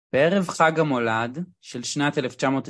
בערב חג המולד של שנת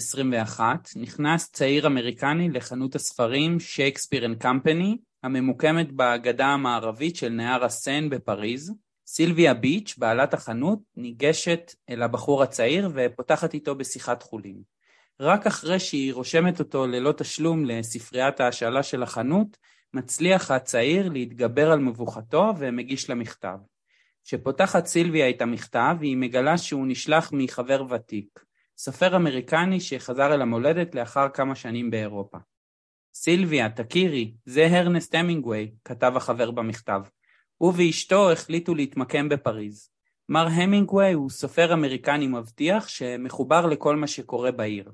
1921 נכנס צעיר אמריקני לחנות הספרים שייקספיר אנד קמפני, הממוקמת בגדה המערבית של נהר הסן בפריז. סילביה ביץ', בעלת החנות, ניגשת אל הבחור הצעיר ופותחת איתו בשיחת חולין. רק אחרי שהיא רושמת אותו ללא תשלום לספריית ההשאלה של החנות, מצליח הצעיר להתגבר על מבוכתו ומגיש לה מכתב. כשפותחת סילביה את המכתב, היא מגלה שהוא נשלח מחבר ותיק, סופר אמריקני שחזר אל המולדת לאחר כמה שנים באירופה. סילביה, תכירי, זה הרנסט המינגווי, כתב החבר במכתב. הוא ואשתו החליטו להתמקם בפריז. מר המינגווי הוא סופר אמריקני מבטיח שמחובר לכל מה שקורה בעיר.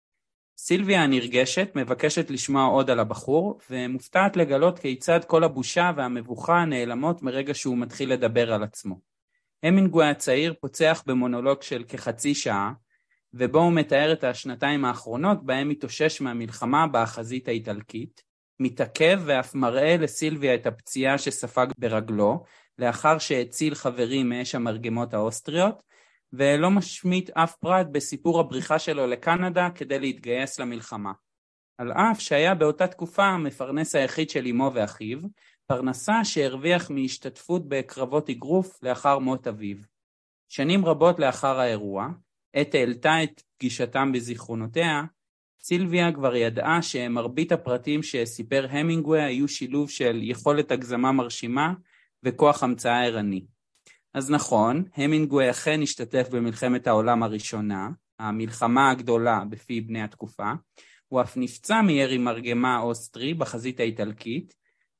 סילביה הנרגשת מבקשת לשמוע עוד על הבחור, ומופתעת לגלות כיצד כל הבושה והמבוכה נעלמות מרגע שהוא מתחיל לדבר על עצמו. המינגווי הצעיר פוצח במונולוג של כחצי שעה, ובו הוא מתאר את השנתיים האחרונות בהם התאושש מהמלחמה בחזית האיטלקית, מתעכב ואף מראה לסילביה את הפציעה שספג ברגלו, לאחר שהציל חברים מאש המרגמות האוסטריות, ולא משמיט אף פרט בסיפור הבריחה שלו לקנדה כדי להתגייס למלחמה. על אף שהיה באותה תקופה המפרנס היחיד של אמו ואחיו, פרנסה שהרוויח מהשתתפות בקרבות אגרוף לאחר מות אביו. שנים רבות לאחר האירוע, עת העלתה את פגישתם בזיכרונותיה, סילביה כבר ידעה שמרבית הפרטים שסיפר המינגווי היו שילוב של יכולת הגזמה מרשימה וכוח המצאה ערני. אז נכון, המינגווי אכן השתתף במלחמת העולם הראשונה, המלחמה הגדולה בפי בני התקופה, הוא אף נפצע מירי מרגמה אוסטרי בחזית האיטלקית,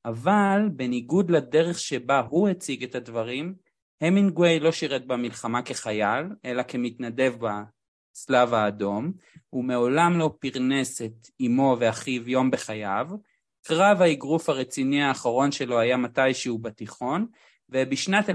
אבל בניגוד לדרך שבה הוא הציג את הדברים, המינגווי לא שירת במלחמה כחייל, אלא כמתנדב בצלב האדום, הוא מעולם לא פרנס את אמו ואחיו יום בחייו, קרב האגרוף הרציני האחרון שלו היה מתישהו בתיכון, ובשנת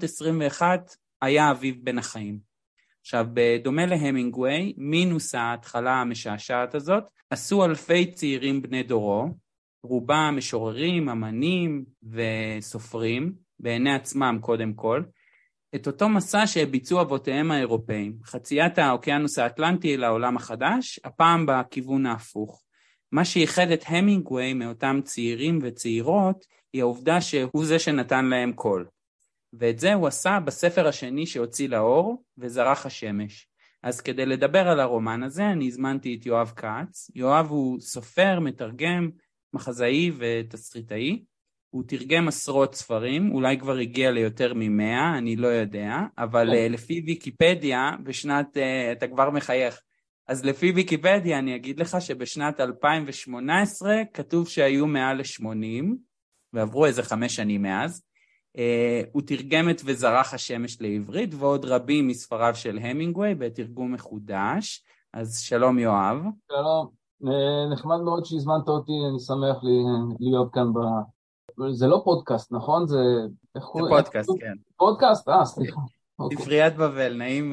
1921 היה אביו בין החיים. עכשיו, בדומה להמינגווי, מינוס ההתחלה המשעשעת הזאת, עשו אלפי צעירים בני דורו, רובם משוררים, אמנים וסופרים, בעיני עצמם קודם כל, את אותו מסע שביצעו אבותיהם האירופאים, חציית האוקיינוס האטלנטי לעולם החדש, הפעם בכיוון ההפוך. מה שייחד את המינגווי מאותם צעירים וצעירות, היא העובדה שהוא זה שנתן להם קול. ואת זה הוא עשה בספר השני שהוציא לאור, וזרח השמש. אז כדי לדבר על הרומן הזה, אני הזמנתי את יואב כץ. יואב הוא סופר, מתרגם, מחזאי ותסריטאי. הוא תרגם עשרות ספרים, אולי כבר הגיע ליותר מ100, אני לא יודע, אבל לפי ויקיפדיה, אתה כבר מחייך, אז לפי ויקיפדיה אני אגיד לך שבשנת 2018 כתוב שהיו מעל ל80, ועברו איזה 5 שנים מאז. הוא תרגם את וזרח השמש לעברית, ועוד רבים מספריו של המינגווי בתרגום מחודש. אז שלום יואב. שלום, נחמד מאוד שהזמנת אותי, אני שמח להיות כאן זה לא פודקאסט, נכון? זה פודקאסט, כן. פודקאסט? סליחה. ספריית בבל, נעים,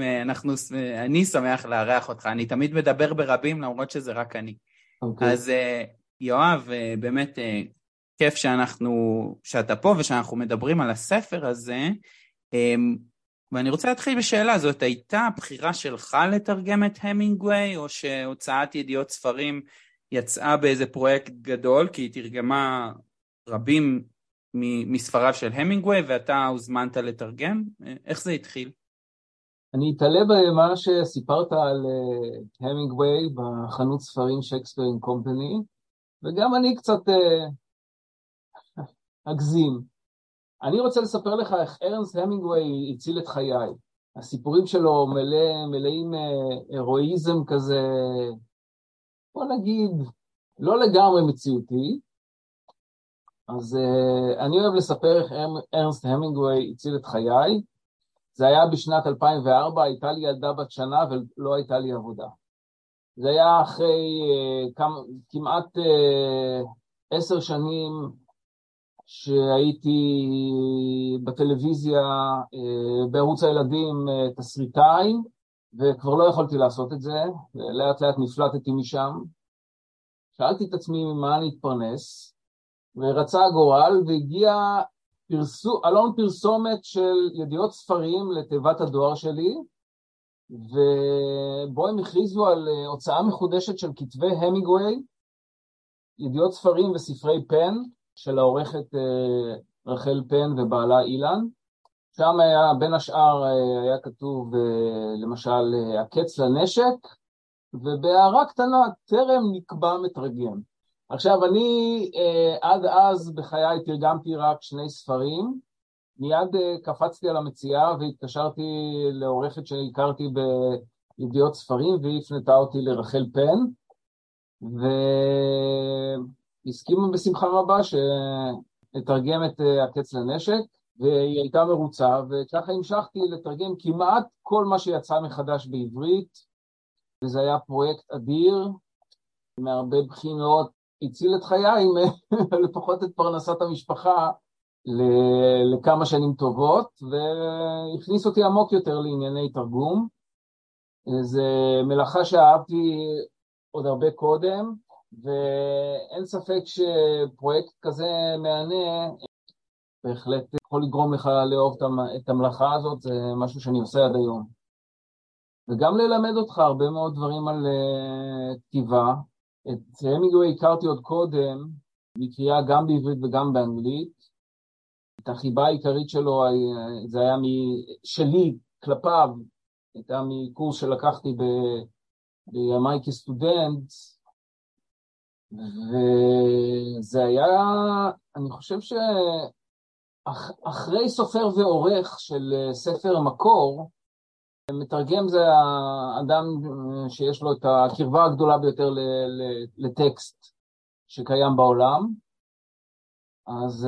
אני שמח לארח אותך, אני תמיד מדבר ברבים למרות שזה רק אני. אז יואב, באמת כיף שאתה פה ושאנחנו מדברים על הספר הזה, ואני רוצה להתחיל בשאלה, זאת הייתה הבחירה שלך לתרגם את המינגווי, או שהוצאת ידיעות ספרים יצאה באיזה פרויקט גדול, כי היא תרגמה רבים מספריו של המינגווי, ואתה הוזמנת לתרגם? איך זה התחיל? אני אתעלה במה שסיפרת על המינגווי בחנות ספרים שייקספיר אנד קומפני, וגם אני קצת אגזים. אני רוצה לספר לך איך ארנסט המינגווי הציל את חיי. הסיפורים שלו מלאים הרואיזם כזה, בוא נגיד, לא לגמרי מציאותי. אז אני אוהב לספר איך ארנסט המינגווי הציל את חיי. זה היה בשנת 2004, הייתה לי ילדה בת שנה ולא הייתה לי עבודה. זה היה אחרי כמעט 10 שנים שהייתי בטלוויזיה, בערוץ הילדים תסריטאי, וכבר לא יכולתי לעשות את זה, לאט לאט נפלטתי משם. שאלתי את עצמי מה אני אתפרנס, ורצה הגורל והגיע אלון פרסומת של ידיעות ספרים לתיבת הדואר שלי, ובו הם הכריזו על הוצאה מחודשת של כתבי המינגווי, ידיעות ספרים וספרי פן, של העורכת רחל פן ובעלה אילן. שם היה, בין השאר, היה כתוב למשל הקץ לנשק, ובהערה קטנה, טרם נקבע מתרגם. עכשיו, אני עד אז בחיי תרגמתי רק 2 ספרים, מיד קפצתי על המציאה והתקשרתי לעורכת שהכרתי בידיעות ספרים, והיא הפנתה אותי לרחל פן, והסכימו בשמחה רבה לתרגם את הקץ לנשק, והיא הייתה מרוצה, וככה המשכתי לתרגם כמעט כל מה שיצא מחדש בעברית, וזה היה פרויקט אדיר, מהרבה בחינות, הציל את חיי, לפחות את פרנסת המשפחה, לכמה שנים טובות, והכניס אותי עמוק יותר לענייני תרגום. זו מלאכה שאהבתי עוד הרבה קודם, ואין ספק שפרויקט כזה מענה, בהחלט יכול לגרום לך לאהוב את המלאכה הזאת, זה משהו שאני עושה עד היום. וגם ללמד אותך הרבה מאוד דברים על כתיבה. את המינגווי הכרתי עוד קודם, בקריאה גם בעברית וגם באנגלית. את החיבה העיקרית שלו, זה היה שלי כלפיו, הייתה מקורס שלקחתי בימיי כסטודנט, וזה היה, אני חושב שאחרי סופר ועורך של ספר מקור, מתרגם זה האדם שיש לו את הקרבה הגדולה ביותר לטקסט שקיים בעולם, אז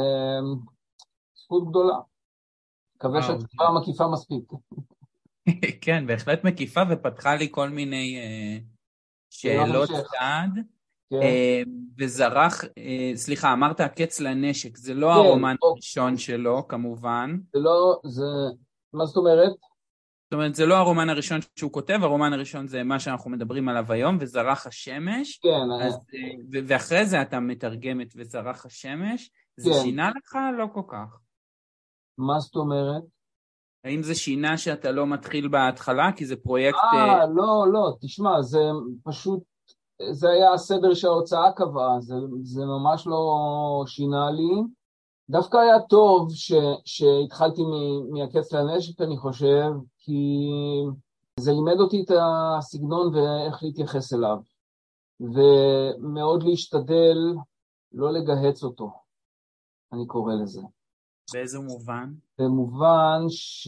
זכות גדולה. מקווה שהתשובה מקיפה מספיק. כן, בהחלט מקיפה, ופתחה לי כל מיני שאלות צעד. וזרח, סליחה, אמרת הקץ לנשק, זה לא הרומן הראשון שלו, כמובן. זה לא, מה זאת אומרת? זאת אומרת, זה לא הרומן הראשון שהוא כותב, הרומן הראשון זה מה שאנחנו מדברים עליו היום, וזרח השמש. כן. ואחרי זה אתה מתרגם את וזרח השמש. זה שינה לך? לא כל כך. מה זאת אומרת? האם זה שינה שאתה לא מתחיל בהתחלה? כי זה פרויקט... לא, תשמע, זה פשוט, זה היה הסדר שההוצאה קבעה, זה ממש לא שינה לי. דווקא היה טוב שהתחלתי מהקץ לנשק, אני חושב, כי זה לימד אותי את הסגנון ואיך להתייחס אליו, ומאוד להשתדל לא לגהץ אותו, אני קורא לזה. באיזה מובן? במובן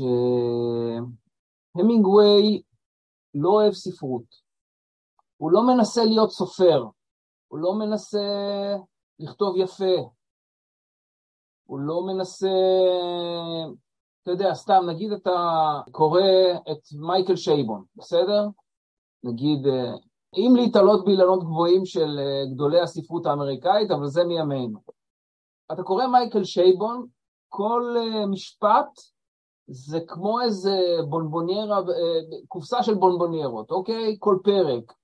שהמינגווי לא אוהב ספרות. הוא לא מנסה להיות סופר, הוא לא מנסה לכתוב יפה, הוא לא מנסה, אתה יודע, סתם, נגיד אתה קורא את מייקל שייבון, בסדר? נגיד, אם להתעלות באילנות גבוהים של גדולי הספרות האמריקאית, אבל זה מימינו. אתה קורא מייקל שייבון, כל משפט זה כמו איזה בונבוניירה, קופסה של בונבוניירות, אוקיי? כל פרק,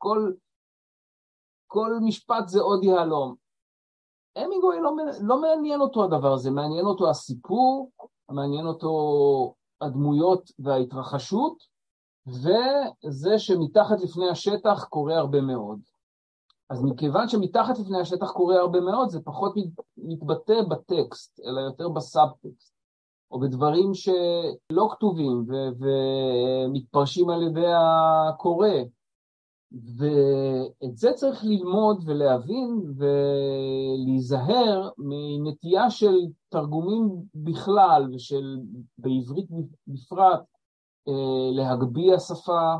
כל משפט זה עוד יהלום. המינגווי לא מעניין אותו הדבר הזה, מעניין אותו הסיפור, מעניין אותו הדמויות וההתרחשות, וזה שמתחת לפני השטח קורה הרבה מאוד. אז מכיוון שמתחת לפני השטח קורה הרבה מאוד, זה פחות מתבטא בטקסט, אלא יותר בסאבטקסט, או בדברים שלא כתובים ומתפרשים על ידי הקורא. ואת זה צריך ללמוד ולהבין ולהיזהר מנטייה של תרגומים בכלל ושל בעברית בפרט להגביה שפה,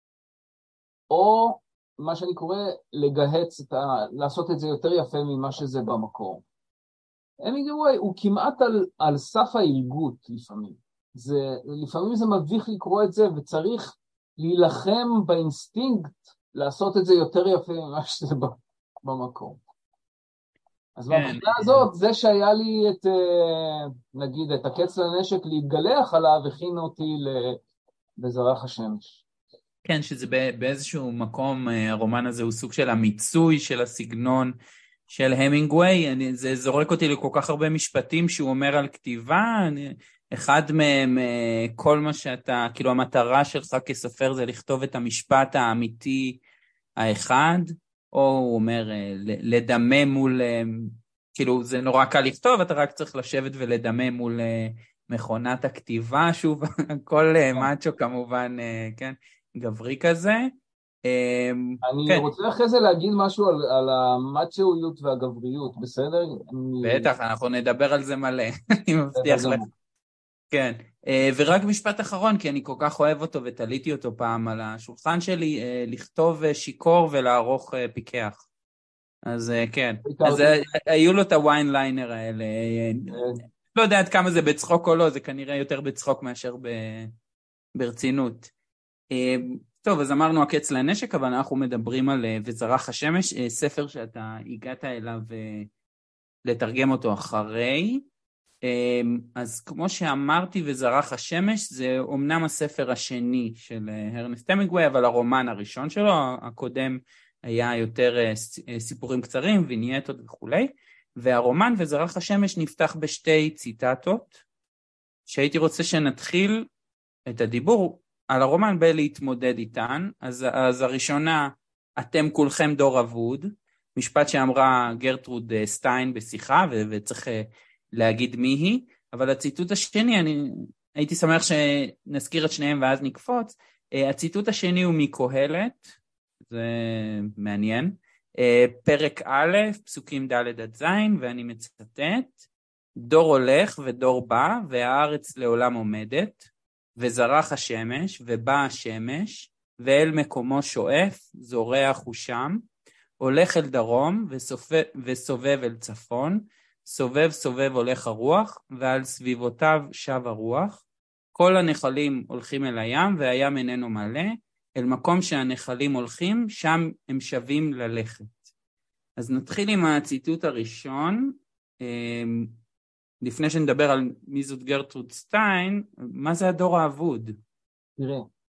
או מה שאני קורא לגהץ, לעשות את זה יותר יפה ממה שזה במקור. המינגווי הוא כמעט על סף ההילגות לפעמים. לפעמים זה מביך לקרוא את זה וצריך להילחם באינסטינקט לעשות את זה יותר יפה ממה שזה במקור. אז בבחינה הזאת, זה שהיה לי נגיד, את הקץ לנשק להתגלח עליו, הכין אותי בזרח השמש. כן, שזה באיזשהו מקום, הרומן הזה הוא סוג של המיצוי של הסגנון של המינגווי. זה זורק אותי לכל כך הרבה משפטים שהוא אומר על כתיבה. אחד מהם, כל מה שאתה, כאילו המטרה שלך כסופר זה לכתוב את המשפט האמיתי האחד, או הוא אומר לדמם מול, כאילו זה נורא קל לכתוב, אתה רק צריך לשבת ולדמם מול מכונת הכתיבה, שוב, כל מאצ'ו כמובן, כן, גברי כזה. אני כן, רוצה אחרי זה להגיד משהו על המאצ'ואיות והגבריות, בסדר? בטח, אנחנו נדבר על זה מלא, אני בסדר מבטיח לך. גמור. כן, ורק משפט אחרון, כי אני כל כך אוהב אותו ותליתי אותו פעם על השולחן שלי, לכתוב שיכור ולערוך פיקח. אז כן, אז הכרתי. היו לו את הוויין ליינר האלה, אה, לא יודע עד כמה זה בצחוק או לא, זה כנראה יותר בצחוק מאשר ברצינות. טוב, אז אמרנו הקץ לנשק, אבל אנחנו מדברים על וזרח השמש, ספר שאתה הגעת אליו לתרגם אותו אחרי. אז כמו שאמרתי, וזרח השמש, זה אומנם הספר השני של הרנסט המינגווי, אבל הרומן הראשון שלו, הקודם היה יותר סיפורים קצרים, וינייטות וכולי, והרומן וזרח השמש נפתח בשתי ציטטות, שהייתי רוצה שנתחיל את הדיבור על הרומן בלהתמודד איתן. אז הראשונה, אתם כולכם דור אבוד, משפט שאמרה גרטרוד סטיין בשיחה, וצריך להגיד מי היא, אבל הציטוט השני, אני הייתי שמח שנזכיר את שניהם ואז נקפוץ, הציטוט השני הוא מקהלת, זה מעניין, פרק א', פסוקים ד' עד ז', ואני מצטט, דור הולך ודור בא, והארץ לעולם עומדת, וזרח השמש, ובא השמש, ואל מקומו שואף, זורח הוא שם, הולך אל דרום, וסובב אל צפון, סובב סובב הולך הרוח, ועל סביבותיו שב הרוח, כל הנחלים הולכים אל הים, והים איננו מלא, אל מקום שהנחלים הולכים, שם הם שווים ללכת. אז נתחיל עם הציטוט הראשון, לפני שנדבר על מי זאת גרטרוד סטיין, מה זה הדור האבוד? תראה,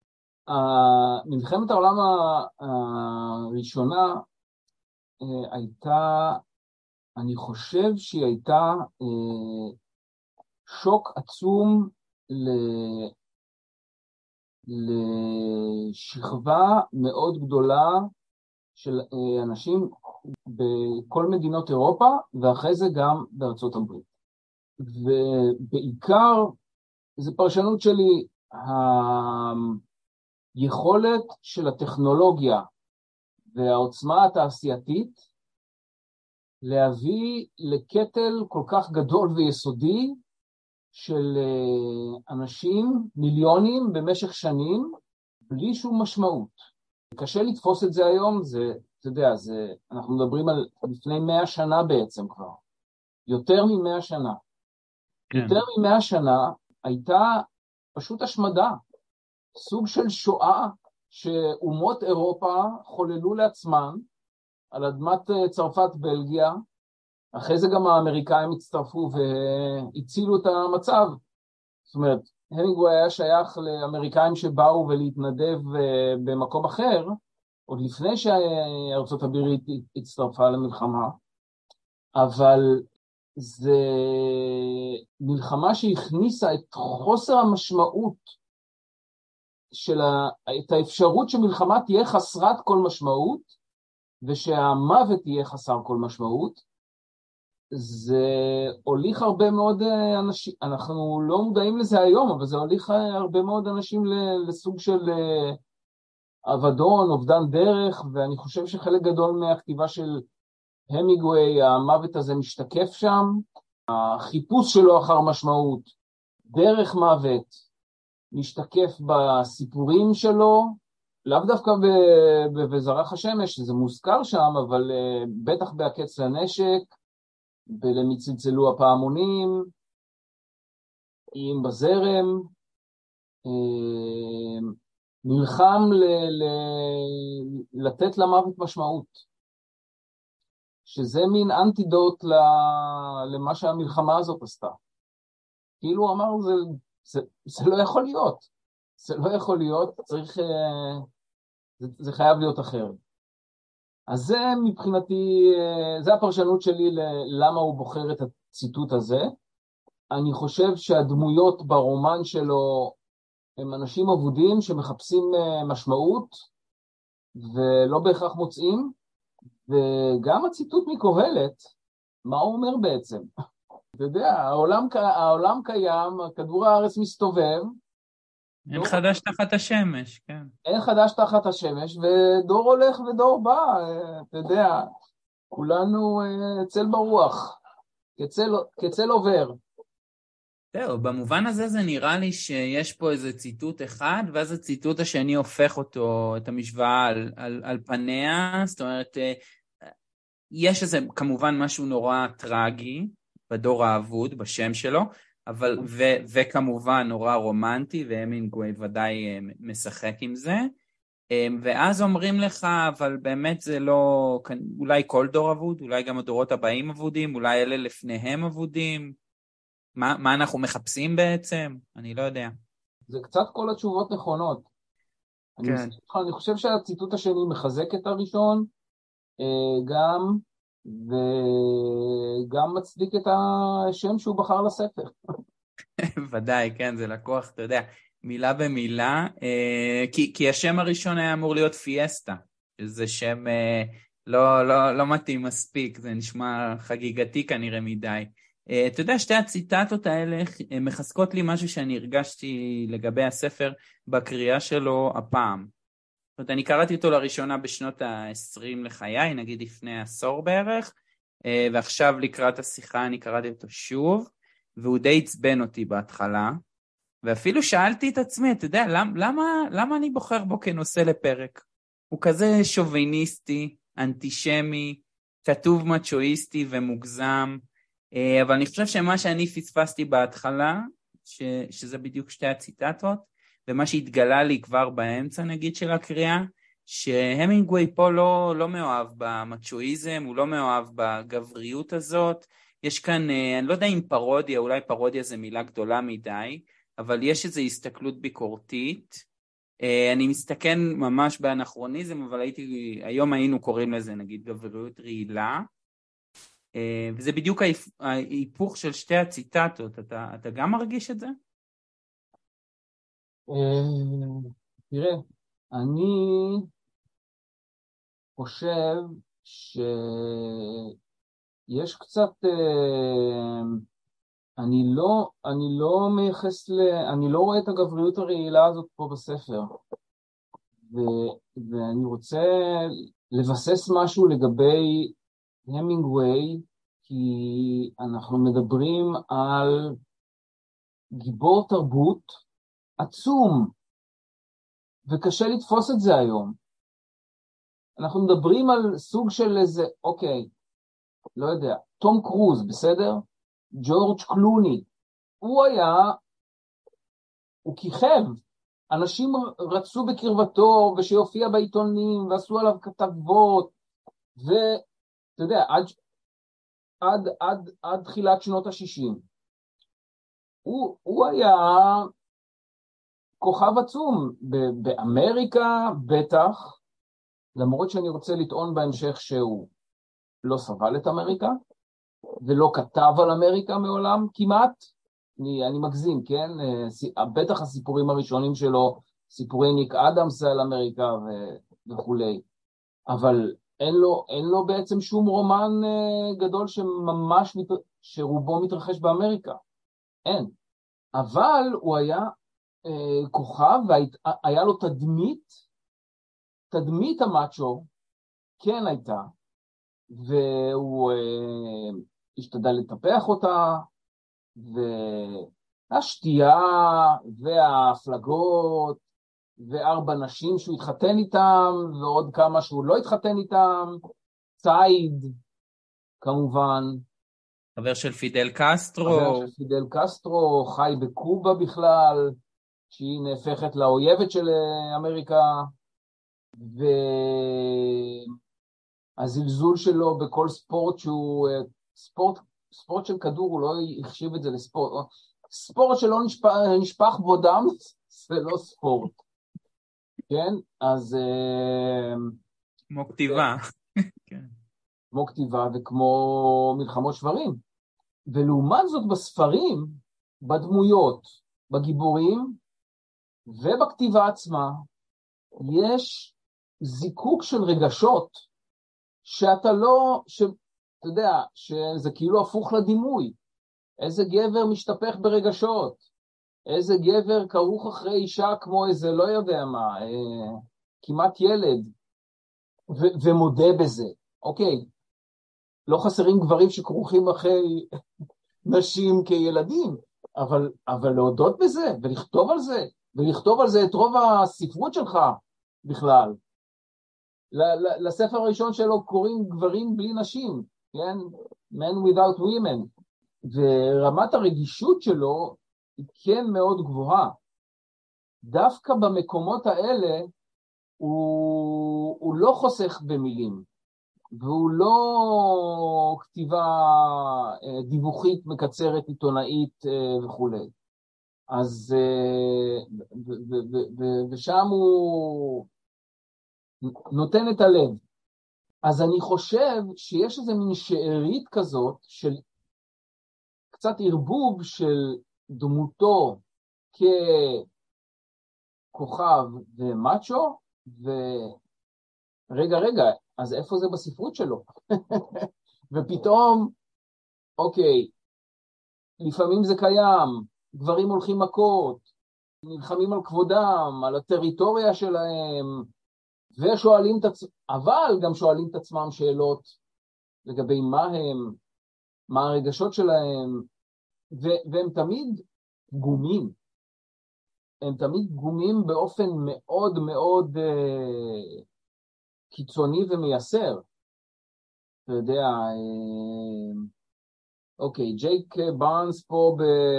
מלחמת העולם הראשונה הייתה, אני חושב שהיא הייתה שוק עצום לשכבה מאוד גדולה של אנשים בכל מדינות אירופה, ואחרי זה גם בארצות הברית. ובעיקר, זו פרשנות שלי, היכולת של הטכנולוגיה והעוצמה התעשייתית להביא לקטל כל כך גדול ויסודי של אנשים, מיליונים במשך שנים, בלי שום משמעות. קשה לתפוס את זה היום, אתה יודע, אנחנו מדברים על לפני 100 שנה בעצם כבר, יותר מ100 שנה. כן. יותר מ100 שנה הייתה פשוט השמדה, סוג של שואה שאומות אירופה חוללו לעצמן על אדמת צרפת בלגיה, אחרי זה גם האמריקאים הצטרפו והצילו את המצב. זאת אומרת, המינגווי היה שייך לאמריקאים שבאו ולהתנדב במקום אחר, עוד לפני שארצות הברית הצטרפה למלחמה, אבל זה מלחמה שהכניסה את חוסר המשמעות את האפשרות שמלחמה תהיה חסרת כל משמעות, ושהמוות תהיה חסר כל משמעות. זה הוליך הרבה מאוד אנשים, אנחנו לא מודעים לזה היום, אבל זה הוליך הרבה מאוד אנשים לסוג של אבדון, אובדן דרך, ואני חושב שחלק גדול מהכתיבה של המינגווי, המוות הזה משתקף שם, החיפוש שלו אחר משמעות, דרך מוות, משתקף בסיפורים שלו, לאו דווקא בזרח השמש, שזה מוזכר שם, אבל בטח בהקץ לנשק, בלמי צלצלו הפעמונים, איים בזרם, נלחם לתת למוות משמעות, שזה מין אנטידוט למה שהמלחמה הזאת עשתה. כאילו אמר, זה לא יכול להיות, זה לא יכול להיות, זה חייב להיות אחרת. אז זה מבחינתי, זה הפרשנות שלי למה הוא בוחר את הציטוט הזה, אני חושב שהדמויות ברומן שלו הם אנשים אבודים שמחפשים משמעות ולא בהכרח מוצאים, וגם הציטוט מקהלת, מה הוא אומר בעצם? אתה יודע, העולם קיים, כדור הארץ מסתובב, אין חדש תחת השמש, כן. אין חדש תחת השמש, ודור הולך ודור בא, אתה יודע, כולנו צל ברוח, כצל עובר. זהו, במובן הזה זה נראה לי שיש פה איזה ציטוט אחד, ואז הציטוט השני הופך אותו, את המשוואה על פניה, זאת אומרת, יש איזה כמובן משהו נורא טרגי בדור האבוד, בשם שלו, אבל, וכמובן נורא רומנטי, והמינגווי ודאי משחק עם זה, ואז אומרים לך, אבל באמת זה לא, אולי כל דור אבוד, אולי גם הדורות הבאים אבודים, אולי אלה לפניהם אבודים, מה אנחנו מחפשים בעצם? אני לא יודע. זה קצת כל התשובות נכונות. כן. אני חושב שהציטוט השני מחזק את הראשון, גם, וגם מצדיק את השם שהוא בחר לספר. ודאי, כן, זה לקוח, אתה יודע, מילה במילה, כי השם הראשון היה אמור להיות פיאסטה, שזה שם לא מתאים מספיק, זה נשמע חגיגתי כנראה מדי. אתה יודע, שתי הציטטות האלה מחזקות לי משהו שאני הרגשתי לגבי הספר בקריאה שלו הפעם. זאת אומרת, אני קראתי אותו לראשונה בשנות ה-20 לחיי, נגיד לפני עשור בערך, ועכשיו לקראת השיחה אני קראתי אותו שוב, והוא די עצבן אותי בהתחלה, ואפילו שאלתי את עצמי, אתה יודע, למה אני בוחר בו כנושא לפרק? הוא כזה שוביניסטי, אנטישמי, כתוב מצ'ואיסטי ומוגזם, אבל אני חושב שמה שאני פספסתי בהתחלה, שזה בדיוק שתי הציטטות, ומה שהתגלה לי כבר באמצע נגיד של הקריאה, שהמינגווי פה לא מאוהב במצ'ואיזם, הוא לא מאוהב בגבריות הזאת, יש כאן, אני לא יודע אם פרודיה, אולי פרודיה זה מילה גדולה מדי, אבל יש איזו הסתכלות ביקורתית, אני מסתכן ממש באנכרוניזם, אבל היום היינו קוראים לזה נגיד גבריות רעילה, וזה בדיוק ההיפוך של שתי הציטטות, אתה גם מרגיש את זה? תראה, אני חושב שיש קצת, אני לא רואה את הגבריות הרעילה הזאת פה בספר, ואני רוצה לבסס משהו לגבי המינגווי, כי אנחנו מדברים על גיבור תרבות עצום, וקשה לתפוס את זה היום. אנחנו מדברים על סוג של איזה, אוקיי, לא יודע, תום קרוז, בסדר? ג'ורג' קלוני, הוא כיכב, אנשים רצו בקרבתו, ושיופיע בעיתונים, ועשו עליו כתבות, ואתה יודע, עד תחילת שנות ה-60. הוא היה כוכב עצום, באמריקה בטח, למרות שאני רוצה לטעון בהמשך שהוא לא סבל את אמריקה, ולא כתב על אמריקה מעולם כמעט, אני מגזים, כן? בטח הסיפורים הראשונים שלו, סיפורי ניק אדמס על אמריקה וכולי, אבל אין לו בעצם שום רומן גדול שרובו מתרחש באמריקה, אין. אבל הוא היה כוכב, והיה לו תדמית המאצ'ו, כן הייתה, והוא השתדל לטפח אותה, והשתייה וההפלגות וארבע נשים שהוא התחתן איתם ועוד כמה שהוא לא התחתן איתם, צייד כמובן, חבר של פידל קסטרו, חי בקובה בכלל, שהיא נהפכת לאויבת של אמריקה, והזלזול שלו בכל ספורט שהוא ספורט של כדור, הוא לא החשיב את זה לספורט, ספורט שלא נשפך בו דם זה לא ספורט, כן? אז כמו כתיבה, כמו כתיבה וכמו מלחמות שברים, ולעומת זאת בספרים, בדמויות, בגיבורים ובכתיבה עצמה, יש זיקוק של רגשות שאתה לא, אתה יודע, שזה כאילו הפוך לדימוי. איזה גבר משתפך ברגשות, איזה גבר כרוך אחרי אישה כמו איזה לא יודע מה, כמעט ילד, ומודה בזה. אוקיי, לא חסרים גברים שכרוכים אחרי נשים כילדים, אבל להודות בזה, ולכתוב על זה, ולכתוב על זה את רוב הספרות שלך בכלל. לספר הראשון שלו קוראים גברים בלי נשים, כן? Men without women. ורמת הרגישות שלו היא כן מאוד גבוהה. דווקא במקומות האלה הוא לא חוסך במילים, והוא לא כתיבה דיווחית, מקצרת, עיתונאית וכו'. אז ושם הוא נותן את הלב. אז אני חושב שיש איזו מין שארית כזאת של קצת ערבוב של דמותו ככוכב ומאצ'ו, רגע, אז איפה זה בספרות שלו? ופתאום, אוקיי, לפעמים זה קיים, גברים הולכים מכות, נלחמים על כבודם, על הטריטוריה שלהם, ושואלים את עצמם, אבל גם שואלים את עצמם שאלות לגבי מה הם, מה הרגשות שלהם, והם תמיד פגומים. הם תמיד פגומים באופן מאוד מאוד קיצוני ומייסר. אתה יודע, אוקיי, ג'ייק בארנס פה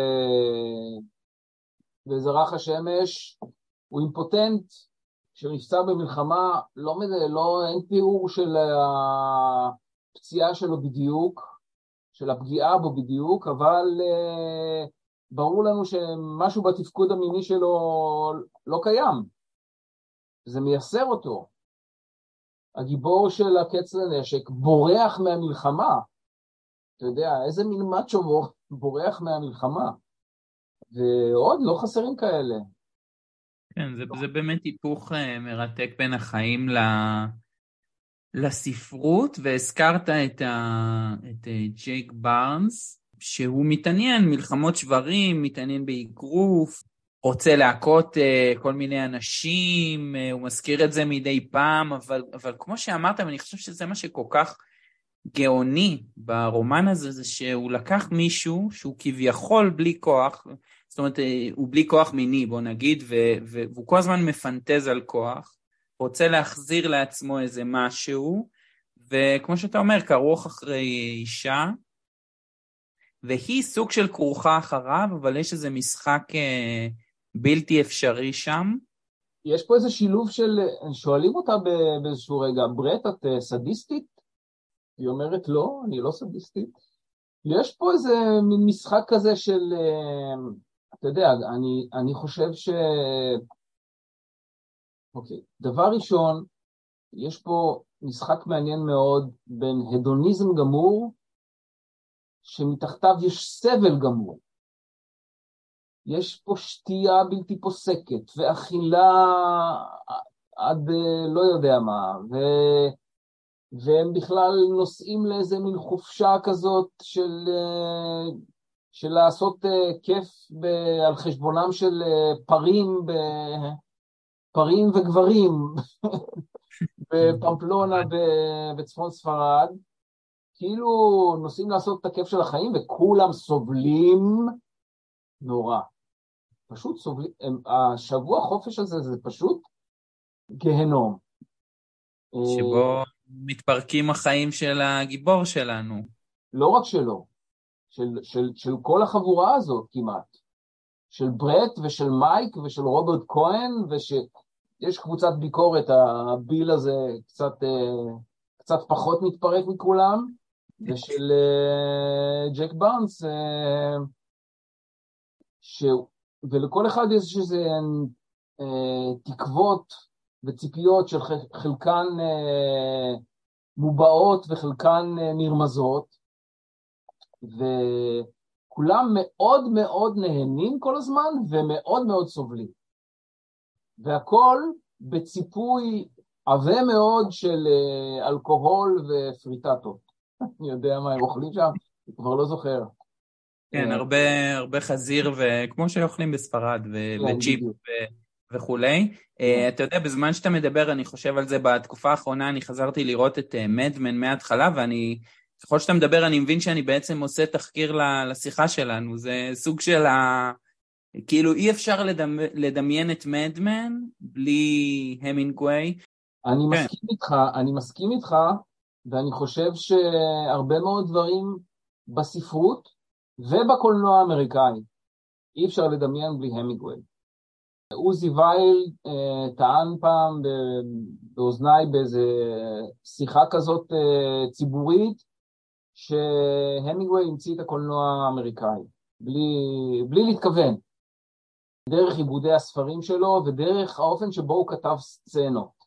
בזרח השמש, הוא אימפוטנט, שנפצע במלחמה, אין תיאור של הפציעה שלו בדיוק, של הפגיעה בו בדיוק, אבל ברור לנו שמשהו בתפקוד המיני שלו לא קיים. זה מייסר אותו. הגיבור של הקץ לנשק בורח מהמלחמה. אתה יודע, איזה מין מאצ'ו בורח מהמלחמה. ועוד לא חסרים כאלה. כן, זה באמת היפוך מרתק בין החיים לספרות, והזכרת את ג'ייק בארנס, שהוא מתעניין מלחמות שברים, מתעניין באגרוף, רוצה להכות כל מיני אנשים, הוא מזכיר את זה מדי פעם, אבל כמו שאמרת, אני חושב שזה מה שכל כך גאוני ברומן הזה, זה שהוא לקח מישהו שהוא כביכול בלי כוח, זאת אומרת, הוא בלי כוח מיני, בוא נגיד, והוא כל הזמן מפנטז על כוח, רוצה להחזיר לעצמו איזה משהו, וכמו שאתה אומר, כרוך אחרי אישה, והיא סוג של כרוכה אחריו, אבל יש איזה משחק בלתי אפשרי שם. יש פה איזה שילוב של, שואלים אותה באיזשהו רגע, ברט, את סדיסטית? היא אומרת לא, אני לא סדיסטית. יש פה איזה מין משחק כזה של, אתה יודע, אני חושב אוקיי, דבר ראשון, יש פה משחק מעניין מאוד בין הדוניזם גמור, שמתחתיו יש סבל גמור. יש פה שתייה בלתי פוסקת, ואכילה עד לא יודע מה, והם בכלל נוסעים לאיזה מין חופשה כזאת של לעשות כיף על חשבונם של פרים וגברים בפמפלונה בצפון ספרד, כאילו נוסעים לעשות את הכיף של החיים וכולם סובלים נורא. פשוט סובלים, השבוע חופש הזה זה פשוט גהנום. שבו מתפרקים החיים של הגיבור שלנו. לא רק שלו, של כל החבורה הזאת כמעט. של ברט ושל מייק ושל רוברט כהן, יש קבוצת ביקורת, הביל הזה קצת פחות מתפרק מכולם, ושל ג'ק בארנס, ולכל אחד יש איזה תקוות וציפיות של חלקן מובעות וחלקן נרמזות, וכולם מאוד מאוד נהנים כל הזמן, ומאוד מאוד סובלים. והכל בציפוי עבה מאוד של אלכוהול ופריטטות. אני יודע מה הם אוכלים שם, אני כבר לא זוכר. כן, הרבה חזיר, וכמו שאוכלים בספרד, וצ'יפ וכולי. אתה יודע, בזמן שאתה מדבר, אני חושב על זה, בתקופה האחרונה אני חזרתי לראות את מדמן מההתחלה, ואני, ככל שאתה מדבר, אני מבין שאני בעצם עושה תחקיר לשיחה שלנו. זה סוג של כאילו אי אפשר לדמיין את מדמן בלי המינגווי. אני מסכים איתך, ואני חושב שהרבה מאוד דברים בספרות ובקולנוע האמריקאי אי אפשר לדמיין בלי המינגווי. עוזי וייל טען פעם באוזניי באיזה שיחה כזאת ציבורית, שהמינגווי המציא את הקולנוע האמריקאי, בלי להתכוון, דרך עיבודי הספרים שלו ודרך האופן שבו הוא כתב סצנות.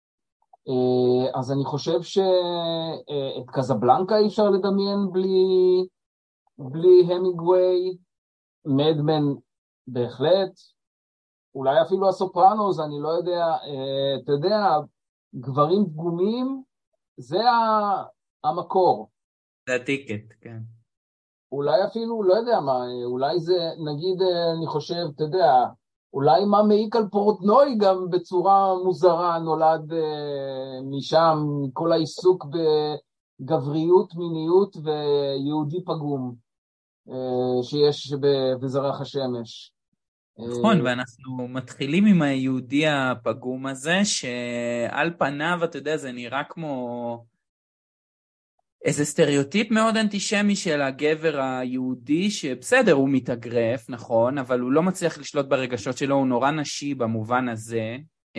אז אני חושב שאת קזבלנקה אי אפשר לדמיין בלי המינגווי, מדמן בהחלט, אולי אפילו הסופרנוס, אני לא יודע, אתה יודע, גברים פגומים, זה המקור. זה הטיקט, כן. אולי אפילו, לא יודע מה, אולי זה, נגיד, אני חושב, אתה יודע, אולי מה מעיק על פורטנוי גם בצורה מוזרה, נולד משם, כל העיסוק בגבריות, מיניות ויהודי פגום, שיש בזרח השמש. נכון, ואנחנו מתחילים עם היהודי הפגום הזה, שעל פניו, אתה יודע, זה נראה כמו איזה סטריאוטיפ מאוד אנטישמי של הגבר היהודי, שבסדר, הוא מתאגרף, נכון, אבל הוא לא מצליח לשלוט ברגשות שלו, הוא נורא נשי במובן הזה.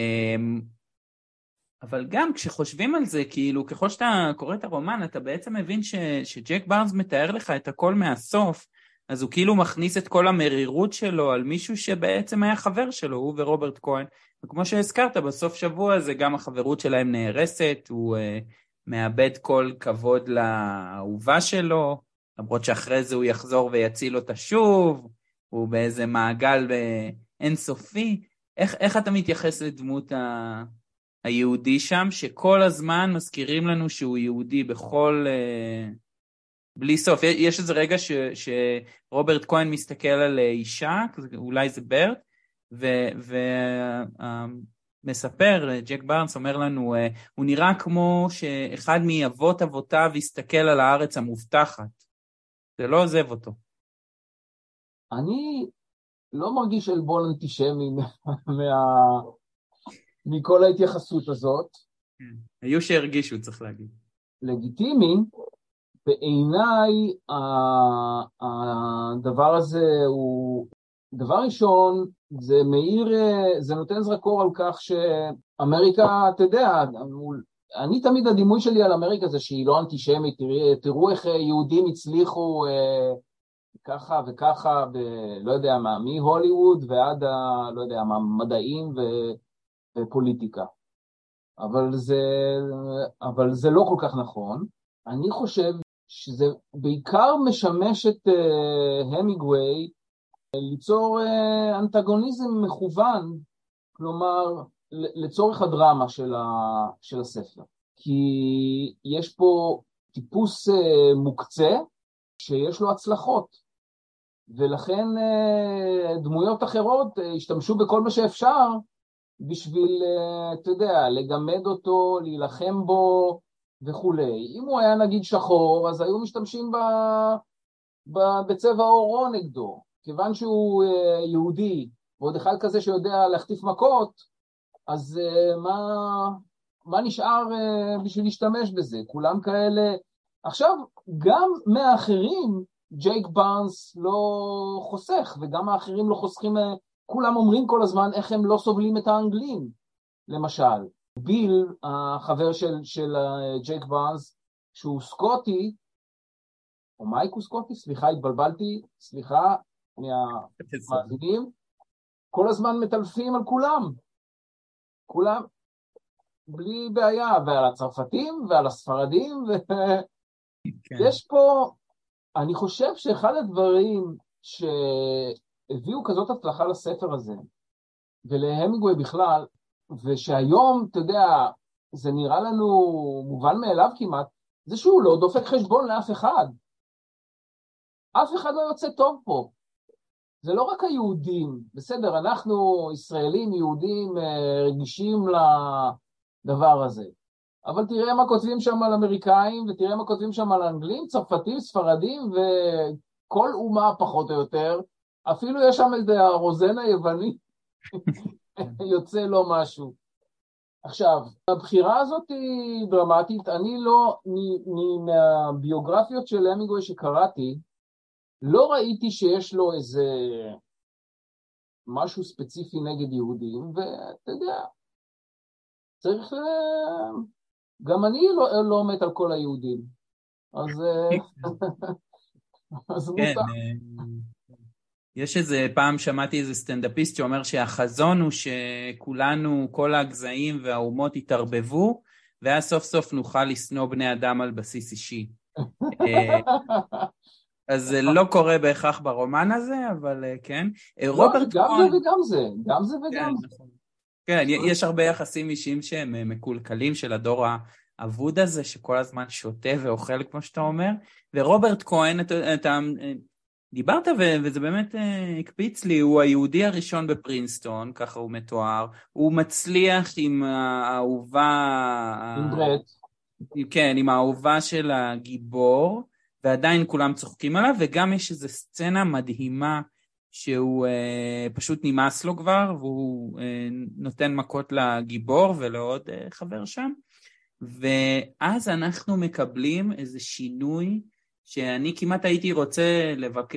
אבל גם כשחושבים על זה, כאילו, ככל שאתה קורא את הרומן, אתה בעצם מבין שג'ק בארנס מתאר לך את הכל מהסוף, אז הוא כאילו מכניס את כל המרירות שלו על מישהו שבעצם היה חבר שלו, הוא ורוברט כהן, וכמו שהזכרת, בסוף שבוע זה גם החברות שלהם נהרסת, הוא מאבד כל כבוד לאהובה שלו, למרות שאחרי זה הוא יחזור ויציל אותה שוב, הוא באיזה מעגל אינסופי. איך אתה מתייחס לדמות היהודי שם, שכל הזמן מזכירים לנו שהוא יהודי בכל בלי סוף? יש איזה רגע שרוברט כהן מסתכל על אישה, אולי זה ברט, ומספר, ג'ק בארנס אומר לנו, הוא נראה כמו שאחד מאבות אבותיו הסתכל על הארץ המובטחת. זה לא עוזב אותו. אני לא מרגיש אלבון אנטישמי מכל ההתייחסות הזאת. היו שהרגישו, צריך להגיד. לגיטימי. בעיניי הדבר הזה הוא, דבר ראשון, זה מאיר, זה נותן זרקור על כך שאמריקה, אתה יודע, אני תמיד הדימוי שלי על אמריקה זה שהיא לא אנטישמית, תראו איך יהודים הצליחו ככה וככה, לא יודע מה, מהוליווד ועד, לא יודע מה, מדעים ופוליטיקה. אבל זה לא כל כך נכון. אני חושב שזה בעיקר משמש את המינגווי ליצור אנטגוניזם מכוון, כלומר לצורך הדרמה של הספר. כי יש פה טיפוס מוקצה שיש לו הצלחות, ולכן דמויות אחרות השתמשו בכל מה שאפשר בשביל, אתה יודע, לגמד אותו, להילחם בו וכולי. אם הוא היה נגיד שחור, אז היו משתמשים בצבע עורו נגדו. כיוון שהוא יהודי, ועוד אחד כזה שיודע להחטיף מכות, אז מה נשאר בשביל להשתמש בזה? כולם כאלה. עכשיו, גם מהאחרים, ג'ייק בארנס לא חוסך, וגם האחרים לא חוסכים, כולם אומרים כל הזמן איך הם לא סובלים את האנגלים, למשל. ביל, החבר של ג'ייק בארנס, שהוא סקוטי, או מייק הוא סקוטי, סליחה, התבלבלתי, סליחה, מהמאזינים, כל הזמן מטלפים על כולם, בלי בעיה, ועל הצרפתים ועל הספרדים, יש פה, אני חושב שאחד הדברים שהביאו כזאת הצלחה לספר הזה, ולהמינגווי בכלל, ושהיום, אתה יודע, זה נראה לנו מובן מאליו כמעט, זה שהוא לא דופק חשבון לאף אחד. אף אחד לא יוצא טוב פה. זה לא רק היהודים, בסדר, אנחנו ישראלים, יהודים, רגישים לדבר הזה. אבל תראה מה כותבים שם על אמריקאים, ותראה מה כותבים שם על אנגלים, צרפתים, ספרדים, וכל אומה פחות או יותר. אפילו יש שם איזה הרוזן היווני, יוצא לו משהו. עכשיו, הבחירה הזאת היא דרמטית. אני לא, מהביוגרפיות של המינגווי שקראתי, לא ראיתי שיש לו איזה משהו ספציפי נגד יהודים, ואתה יודע, צריך גם אני לא מת על כל היהודים, אז מותר. יש איזה, פעם שמעתי איזה סטנדאפיסט שאומר שהחזון הוא שכולנו, כל הגזעים והאומות יתערבבו, ואז סוף סוף נוכל לשנוא בני אדם על בסיס אישי. אז זה לא קורה בהכרח ברומן הזה, אבל כן. רוברט גם קוהן... זה וגם זה, גם זה וגם זה. כן, יש הרבה יחסים אישיים שהם מקולקלים של הדור האבוד הזה, שכל הזמן שותה ואוכל, כמו שאתה אומר. ורוברט קוהן, אתה דיברת, וזה באמת הקפיץ לי, הוא היהודי הראשון בפרינסטון, ככה הוא מתואר. הוא מצליח עם האהובה... עם ברט. כן, עם האהובה של הגיבור, ועדיין כולם צוחקים עליו, וגם יש איזו סצנה מדהימה, שהוא פשוט נמאס לו כבר, והוא נותן מכות לגיבור ולעוד חבר שם, ואז אנחנו מקבלים איזה שינוי, שאני כמעט הייתי רוצה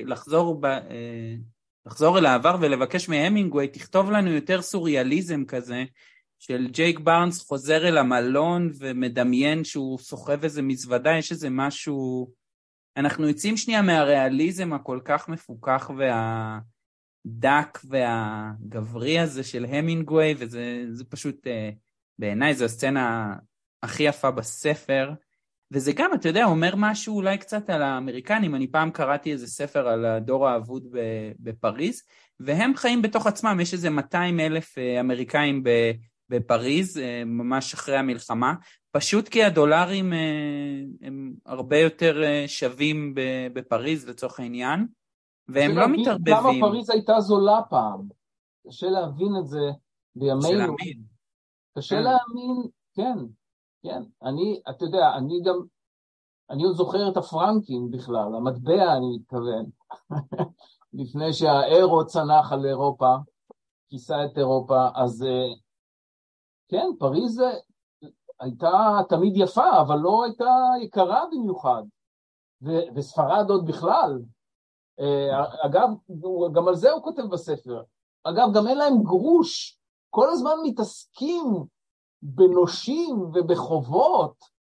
לחזור אל העבר, ולבקש מהמינגווי, תכתוב לנו יותר סוריאליזם כזה, של ג'ייק בארנס חוזר אל המלון, ומדמיין שהוא סוחב איזה מזוודה, יש איזה משהו... אנחנו יוצאים שנייה מהריאליזם הכל כך מפוקח והדק והגברי הזה של המינגווי, וזה פשוט, בעיניי זו הסצנה הכי יפה בספר, וזה גם, אתה יודע, אומר משהו אולי קצת על האמריקנים. אני פעם קראתי איזה ספר על הדור האבוד בפריז, והם חיים בתוך עצמם, יש איזה 200,000 אמריקאים בפריז, ממש אחרי המלחמה, פשוט כי הדולרים הם הרבה יותר שווים בפריז לצורך העניין, והם לא מתערבבים. כמה פריז הייתה זולה פעם, קשה להבין את זה בימינו. קשה להאמין, כן, כן. אתה יודע, אני עוד זוכר את הפרנקים בכלל, המטבע אני מתכוון, לפני שהאירו צנח על אירופה, כיסה את אירופה, אז כן, פריז הייתה תמיד יפה, אבל לא הייתה יקרה במיוחד, וספרד עוד בכלל. אגב, גם על זה הוא כותב בספר. אגב, גם אין להם גרוש, כל הזמן מתעסקים בנושים ובחובות,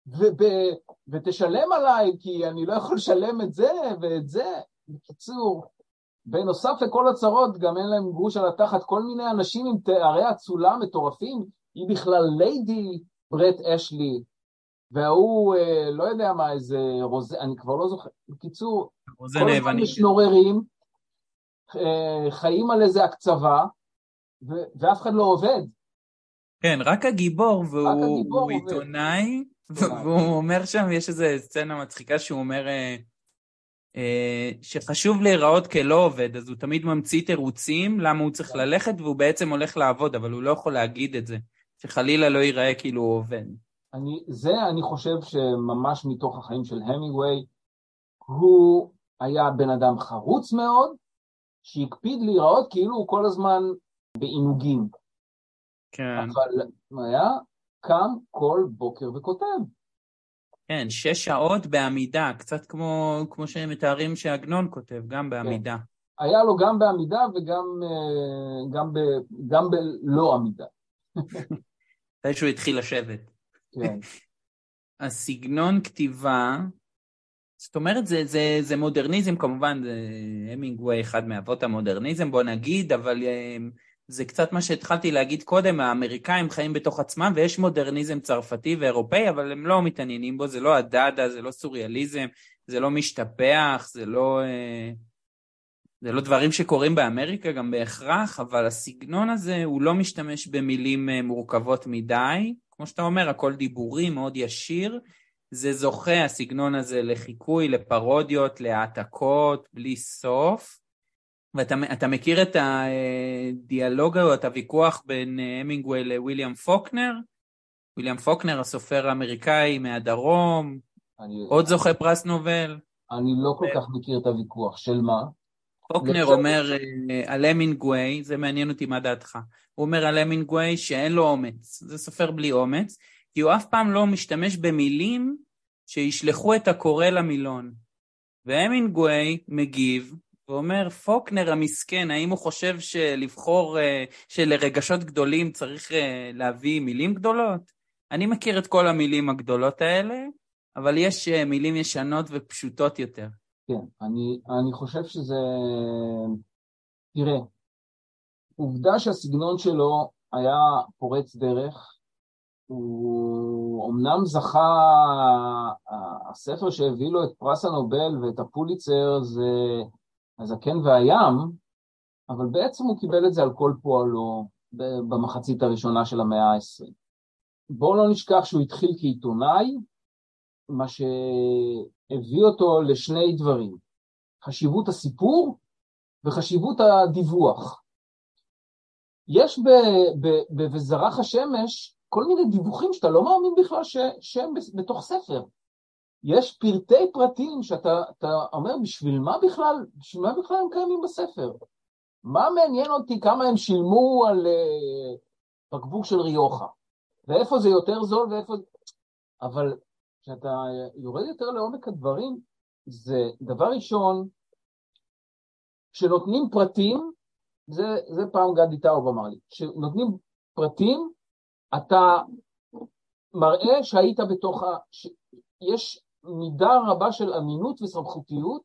ותשלם עליי, כי אני לא יכול לשלם את זה ואת זה. בקיצור, בנוסף לכל הצרות, גם אין להם גרוש על התחת, כל מיני אנשים עם תארי אצולה מטורפים, היא בכלל ליידי ברט אשלי, והוא לא יודע מה, איזה רוזה, אני כבר לא זוכר. בקיצור, כל הזמן משנוררים, חיים על איזה הקצבה, ואף אחד לא עובד. כן, רק הגיבור, והוא עיתונאי, והוא אומר שם, יש איזו סצנה מצחיקה שהוא אומר שחשוב להיראות כלא עובד, אז הוא תמיד ממציא תירוצים למה הוא צריך ללכת, והוא בעצם הולך לעבוד, אבל הוא לא יכול להגיד את זה, שחלילה לא ייראה כאילו הוא עובד. אני חושב שממש מתוך החיים של המינגווי, הוא היה בן אדם חרוץ מאוד, שהקפיד להיראות כאילו הוא כל הזמן בעינוגים. כן. אבל הוא היה קם כל בוקר וכותב. כן, 6 שעות בעמידה, קצת כמו שהם מתארים שעגנון כותב, גם בעמידה. כן. היה לו גם בעמידה וגם בלא עמידה. מתי שהוא התחיל לשבת. כן. הסגנון כתיבה, זאת אומרת, זה מודרניזם, כמובן, זה המינגווי אחד מאבות המודרניזם, בוא נגיד, אבל זה קצת מה שהתחלתי להגיד קודם, האמריקאים חיים בתוך עצמם, ויש מודרניזם צרפתי ואירופאי, אבל הם לא מתעניינים בו, זה לא הדאדה, זה לא סוריאליזם, זה לא משתפח, זה לא דברים שקורים באמריקה גם בהכרח, אבל הסגנון הזה הוא לא משתמש במילים מורכבות מדי, כמו שאתה אומר, הכל דיבורי מאוד ישיר, זה זוכה הסגנון הזה לחיקוי, לפרודיות, להעתקות, בלי סוף, ואתה מכיר את הדיאלוג או את הוויכוח בין המינגווי לוויליאם פוקנר? וויליאם פוקנר, הסופר האמריקאי מהדרום, עוד זוכה פרס נובל. אני לא כל כך מכיר את הוויכוח, של מה? פוקנר אומר על המינגווי, זה מעניין אותי מה דעתך, הוא אומר על המינגווי שאין לו אומץ, זה סופר בלי אומץ, כי הוא אף פעם לא משתמש במילים שישלחו את הקורא למילון. והמינגווי מגיב, ואומר, פוקנר המסכן, האם הוא חושב שלבחור, שלרגשות גדולים צריך להביא מילים גדולות? אני מכיר את כל המילים הגדולות האלה, אבל יש מילים ישנות ופשוטות יותר. כן, אני חושב שזה... תראה, עובדה שהסגנון שלו היה פורץ דרך, הוא אמנם זכה, הספר שהביא לו את פרס הנובל ואת הפוליצר זה הזקן והים, אבל בעצם הוא קיבל את זה על כל פועלו במחצית הראשונה של המאה ה-20. בואו לא נשכח שהוא התחיל כעיתונאי, מה שהביא אותו לשני דברים, חשיבות הסיפור וחשיבות הדיווח. יש בזרח השמש כל מיני דיווחים שאתה לא מאמין בכלל שהם בתוך ספר. יש פרטי פרטים שאתה אומר בשביל מה בכלל הם קיימים בספר. מה מעניין אותי כמה הם שילמו על בקבוק של ריוחה, ואיפה זה יותר זול ואיפה... אבל כשאתה יורד יותר לעומק הדברים, זה דבר ראשון, שנותנים פרטים, זה פעם גדי טאוב אמר לי, שנותנים פרטים, אתה מראה שהיית בתוך, יש מידה רבה של אמינות וסמכותיות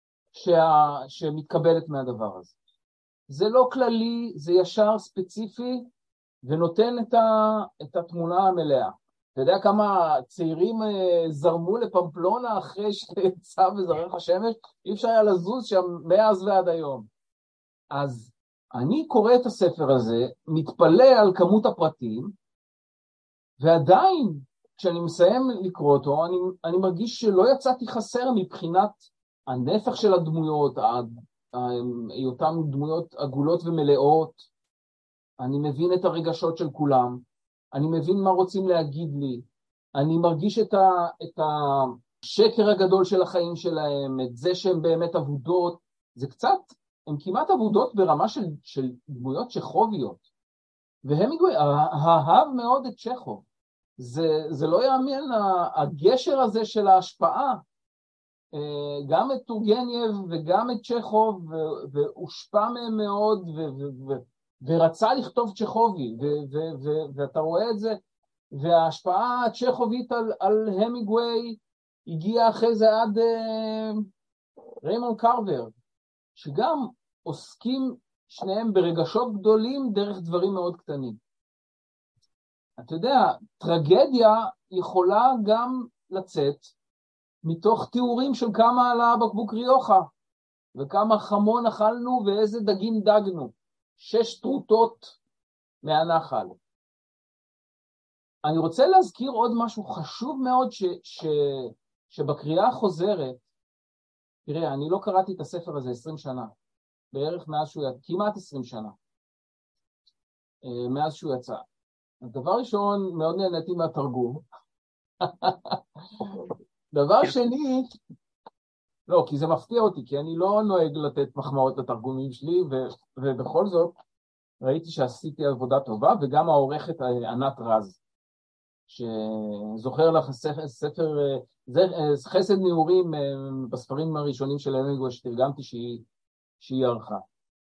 שמתקבלת מהדבר הזה. זה לא כללי, זה ישר ספציפי, ונותן את התמונה המלאה. אתה יודע כמה צעירים זרמו לפמפלונה אחרי שיצא בזרח השמש? אי אפשר היה לזוז שם מאז ועד היום. אז אני קורא את הספר הזה, מתפלא על כמות הפרטים, ועדיין כשאני מסיים לקרוא אותו, אני מרגיש שלא יצאתי חסר מבחינת הנפח של הדמויות, אותן דמויות עגולות ומלאות, אני מבין את הרגשות של כולם, אני מבין מה רוצים להגיד לי, אני מרגיש את השקר הגדול של החיים שלהם, את זה שהם באמת עבודות, זה קצת, הם כמעט עבודות ברמה של דמויות צ'כוביות, והמינגווי אהב מאוד את צ'כוב, זה לא יאמן, הגשר הזה של ההשפעה, גם את טורגנייב וגם את צ'כוב, והושפע מהם מאוד, ורצה לכתוב צ'כובי, ואתה רואה את זה, וההשפעה הצ'כובית על המינגווי הגיעה אחרי זה עד ריימון קרבר, שגם עוסקים שניהם ברגשות גדולים דרך דברים מאוד קטנים. אתה יודע, טרגדיה יכולה גם לצאת מתוך תיאורים של כמה עלה בקבוק ריוחה, וכמה חמון אכלנו ואיזה דגים דגנו. 6 טרוטות מהנחל. אני רוצה להזכיר עוד משהו חשוב מאוד שבקריאה החוזרת, תראה, אני לא קראתי את הספר הזה 20 שנה, בערך מאז שהוא יצא, כמעט 20 שנה, מאז שהוא יצא. דבר ראשון, מאוד נהניתי מהתרגום. דבר שני, לא, כי זה מפתיע אותי, כי אני לא נוהג לתת מחמאות לתרגומים שלי, ובכל זאת ראיתי שעשיתי עבודה טובה, וגם העורכת ענת רז, שזוכר לך ספר, חסד נעורים בספרים הראשונים של המינגווי שתרגמתי שהיא ערכה.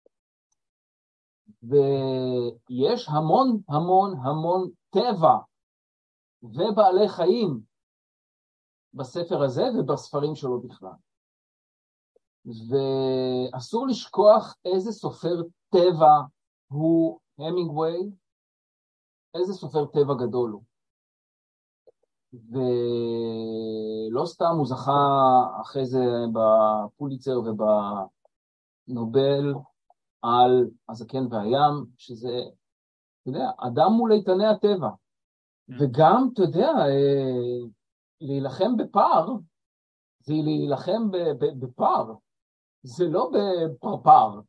ויש המון המון המון טבע ובעלי חיים בספר הזה ובספרים שלו בכלל. ואסור לשכוח איזה סופר טבע הוא המינגווי, איזה סופר טבע גדול הוא. ולא סתם הוא זכה אחרי זה בפוליצר ובנובל על הזקן והים, שזה, אתה יודע, אדם מול איתני הטבע. וגם, אתה יודע, להילחם בפער, זה להילחם בפער, זה לא בפרפר.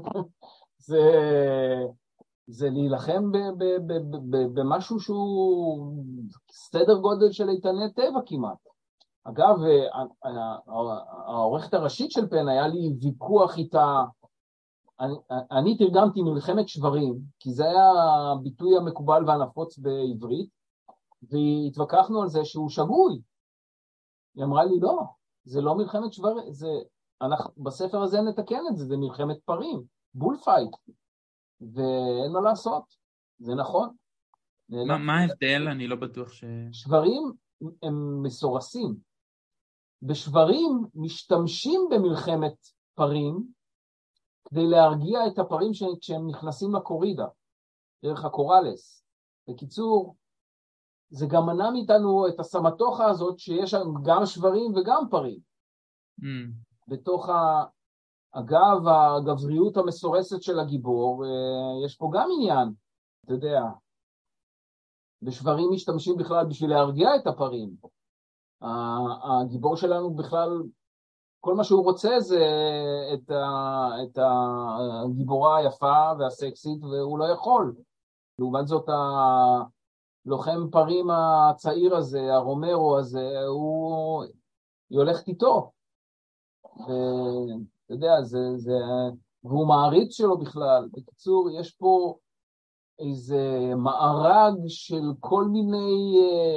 זה להילחם במשהו שהוא סדר גודל של איתני טבע כמעט. אגב, העורכת הראשית של פן היה לי ויכוח איתה, אני תרגמתי מלחמת שברים, כי זה היה הביטוי המקובל והנפוץ בעברית, והתווכחנו על זה שהוא שגוי. היא אמרה לי, לא, זה לא מלחמת שברים, בספר הזה נתקן את זה, זה מלחמת פרים, בול פייט. ואין מה לעשות, זה נכון. מה ההבדל? אני לא בטוח שברים הם מסורסים. בשברים משתמשים במלחמת פרים, כדי להרגיע את הפרים כשהם נכנסים לקורידה, דרך הקורלס. בקיצור, זה גם מנע מאיתנו את הסמטוחה הזאת, שיש גם שברים וגם פרים. בתוך אגב, הגבריות המסורסת של הגיבור, יש פה גם עניין, אתה יודע, בשברים משתמשים בכלל בשביל להרגיע את הפרים. הגיבור שלנו בכלל, כל מה שהוא רוצה זה את הגיבורה היפה והסקסית, והוא לא יכול. לעומת זאת, הלוחם פרים הצעיר הזה, הרומרו הזה, היא הולכת איתו. אתה יודע, והוא מעריץ שלו בכלל. בקיצור, יש פה איזה מארג של כל מיני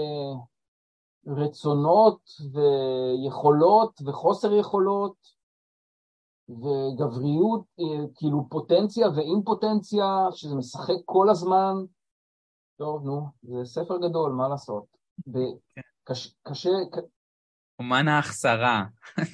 רצונות ויכולות וחוסר יכולות וגבריות, כאילו פוטנציה ואימפוטנציה, שזה משחק כל הזמן. טוב, נו, זה ספר גדול, מה לעשות? קשה... אומן ההחסרה.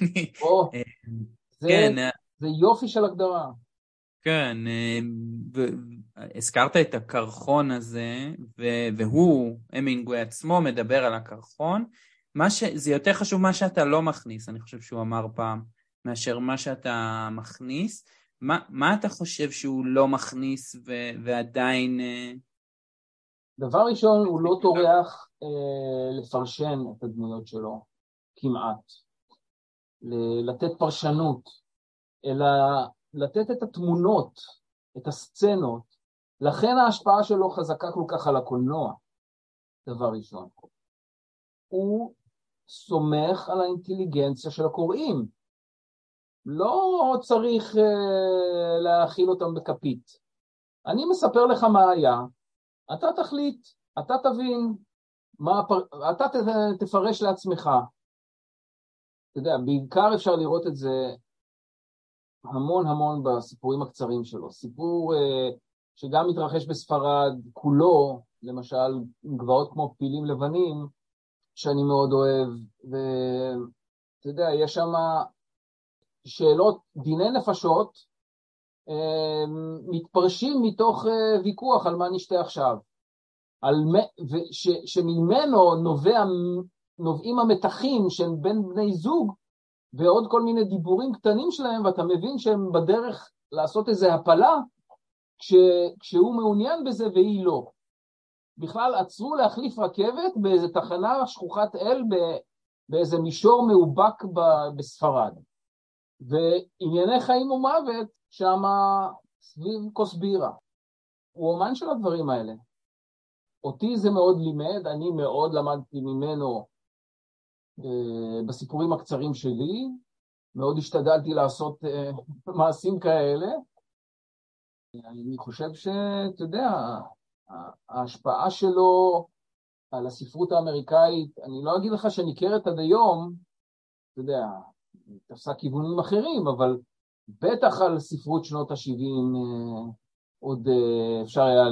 זה יופי של הגדרה. כן, הזכרת את הקרחון הזה, והוא, המינגווי עצמו, מדבר על הקרחון. זה יותר חשוב מה שאתה לא מכניס, אני חושב שהוא אמר פעם, מאשר מה שאתה מכניס. מה אתה חושב שהוא לא מכניס ועדיין... דבר ראשון, הוא לא טורח לפרשן את הדמויות שלו, כמעט. לתת פרשנות, אלא לתת את התמונות, את הסצנות. לכן ההשפעה שלו חזקה כל כך על הקולנוע, דבר ראשון. הוא סומך על האינטליגנציה של הקוראים. לא צריך להאכיל אותם בכפית. אני מספר לך מה היה, אתה תחליט, אתה תבין, אתה תפרש לעצמך. אתה יודע, בעיקר אפשר לראות את זה המון המון בסיפורים הקצרים שלו. סיפור שגם מתרחש בספרד, כולו, למשל, גבעות כמו פילים לבנים, שאני מאוד אוהב, ואתה יודע, יש שם שאלות, דיני נפשות, מתפרשים מתוך ויכוח על מה נשתה עכשיו, שממנו נובעים המתחים של בין בני זוג, ועוד כל מיני דיבורים קטנים שלהם, ואתה מבין שהם בדרך לעשות איזו הפלה, כשהוא מעוניין בזה והיא לא. בכלל עצרו להחליף רכבת באיזו תחנה שכוחת אל, באיזה מישור מאובק בספרד. וענייני חיים ומוות שם סביב כוס בירה. הוא אומן של הדברים האלה. אותי זה מאוד לימד, אני מאוד למדתי ממנו בסיפורים הקצרים שלי, מאוד השתדלתי לעשות מעשים כאלה. אני חושב שאתה יודע, ההשפעה שלו על הספרות האמריקאית, אני לא אגיד לך שניכרת עד היום, אתה יודע, תפסה כיוונים אחרים, אבל בטח על ספרות שנות ה-70 עוד אפשר היה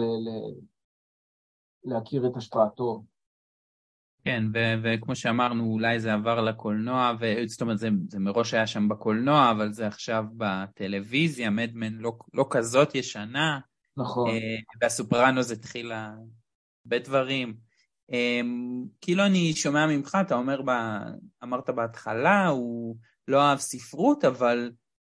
להכיר את השפעתו. כן, וכמו שאמרנו, אולי זה עבר לקולנוע, זאת אומרת, זה מראש היה שם בקולנוע, אבל זה עכשיו בטלוויזיה, מדמן לא כזאת ישנה. נכון. והסופרנוס התחילה בדברים. כאילו אני שומע ממך, אתה אמרת בהתחלה, הוא לא אהב ספרות, אבל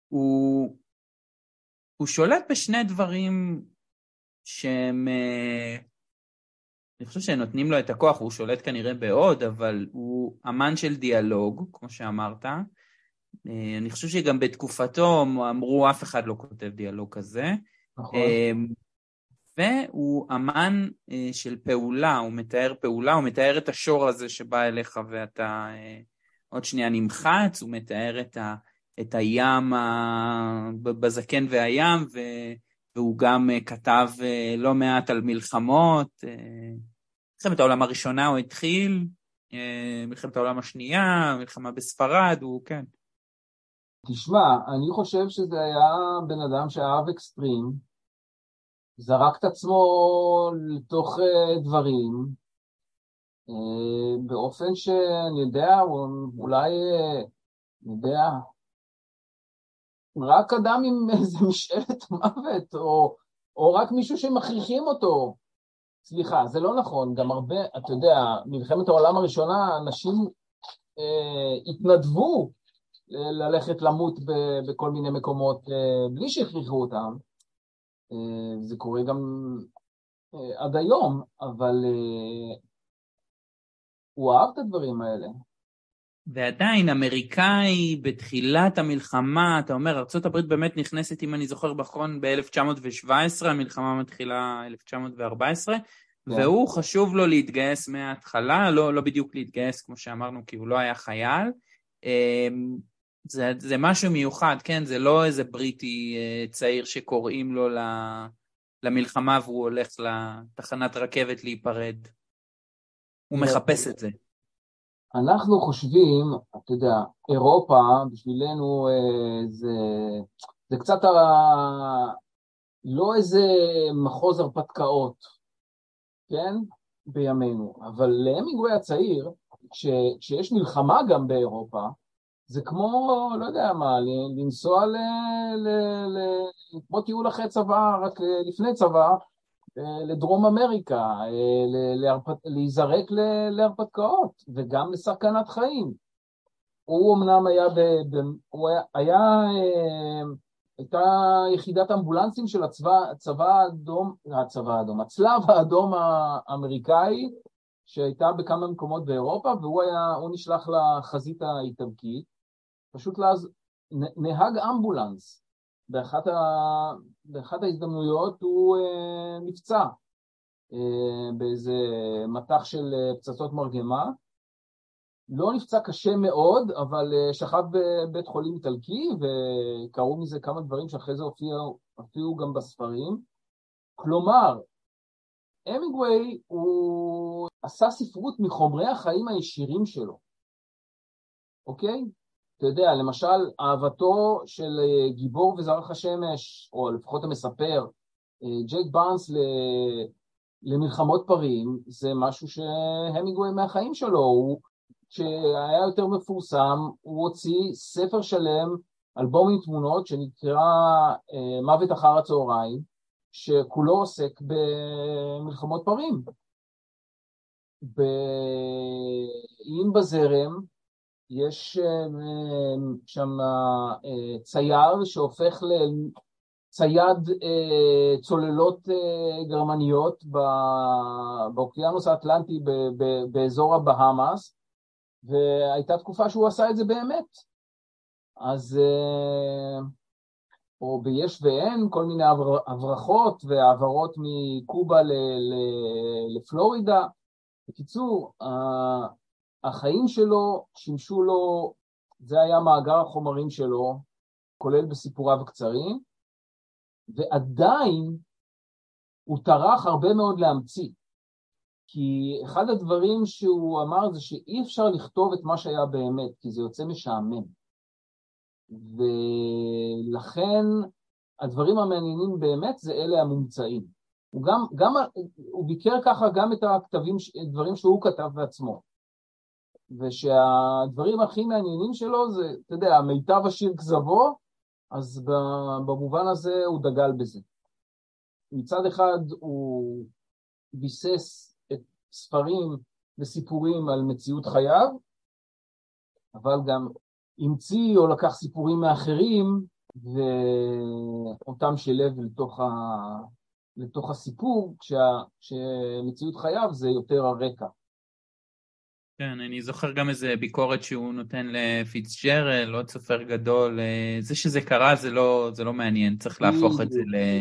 הוא שולט בשני דברים שהם, אני חושב שנותנים לו את הכוח, הוא שולט כנראה בעוד, אבל הוא אמן של דיאלוג, כמו שאמרת. אני חושב שגם בתקופתו אמרו, אף אחד לא כותב דיאלוג כזה. נכון. והוא אמן של פעולה, הוא מתאר פעולה, הוא מתאר את השור הזה שבא אליך ואתה עוד שנייה נמחץ, הוא מתאר את הים בזקן והים, והוא גם כתב לא מעט על מלחמות. מלחמת העולם הראשונה הוא התחיל, מלחמת העולם השנייה, מלחמה בספרד, הוא כן. תשמע, אני חושב שזה היה בן אדם שאהב אקסטרים, זרק את עצמו לתוך דברים, באופן שאני יודע, אולי, אני יודע, רק אדם עם איזה משאלת מוות, או רק מישהו שמכריחים אותו. סליחה, זה לא נכון, גם הרבה, אתה יודע, מלחמת העולם הראשונה, אנשים התנדבו ללכת למות בכל מיני מקומות, בלי שהכריחו אותם. זה קורה גם עד היום, אבל הוא אהב את הדברים האלה. ועדיין, אמריקאי בתחילת המלחמה, אתה אומר, ארצות הברית באמת נכנסת, אם אני זוכר נכון, ב-1917, המלחמה מתחילה 1914, והוא חשוב לו להתגייס מההתחלה, לא בדיוק להתגייס, כמו שאמרנו, כי הוא לא היה חייל. זה משהו מיוחד, כן? זה לא איזה בריטי צעיר שקוראים לו למלחמה, והוא הולך לתחנת רכבת להיפרד. הוא מחפש את זה. אנחנו חושבים, אתה יודע, אירופה, בשבילנו זה קצת לא איזה מחוז הרפתקאות, כן? בימינו. אבל להמינגווי הצעיר, כשיש מלחמה גם באירופה, זה כמו, לא יודע מה, לנסוע כמו טיול אחרי צבא, רק לפני צבא, לדרום אמריקה, להיזרק להרפתקאות, וגם לסכנת חיים. הוא אמנם הייתה יחידת אמבולנסים של הצלב האדום האמריקאי, שהייתה בכמה מקומות באירופה, והוא נשלח לחזית האיטלקית, פשוט נהג אמבולנס. באחת ההזדמנויות הוא נפצע באיזה מטח של פצצות מרגמה, לא נפצע קשה מאוד, אבל שכב בבית חולים איטלקי, וקראו מזה כמה דברים שאחרי זה הופיעו גם בספרים. כלומר, המינגווי הוא עשה ספרות מחומרי החיים הישירים שלו, אוקיי? אתה יודע, למשל, אהבתו של גיבור וזרח השמש, או לפחות המספר, ג'ייק בארנס למלחמות פרים, זה משהו שהמינגווי מהחיים שלו. כשהיה יותר מפורסם, הוא הוציא ספר שלם, אלבום עם תמונות, שנקרא מוות אחר הצהריים, שכולו עוסק במלחמות פרים. אם בזרם, יש שם צייר שהופך לצייד צוללות גרמניות באוקיינוס האטלנטי באזור הבהאמאס, והייתה תקופה שהוא עשה את זה באמת. אז, או ביש ואין, כל מיני הברחות והעברות מקובה לפלורידה. בקיצור, החיים שלו שימשו לו, זה היה מאגר החומרים שלו, כולל בסיפוריו הקצרים, ועדיין הוא טרח הרבה מאוד להמציא. כי אחד הדברים שהוא אמר זה שאי אפשר לכתוב את מה שהיה באמת, כי זה יוצא משעמם. ולכן הדברים המעניינים באמת זה אלה המומצאים. הוא ביקר ככה גם את הכתבים, דברים שהוא כתב בעצמו. ושהדברים הכי מעניינים שלו זה, אתה יודע, מיטב השיר כזבו, אז במובן הזה הוא דגל בזה. מצד אחד הוא ביסס את ספרים וסיפורים על מציאות חייו, אבל גם המציא או לקח סיפורים מאחרים, ואותם שילב לתוך הסיפור, כשמציאות חייו זה יותר הרקע. כן, אני זוכר גם איזה ביקורת שהוא נותן לפיצג'רלד, עוד סופר גדול, זה שזה קרה זה לא מעניין, צריך להפוך את זה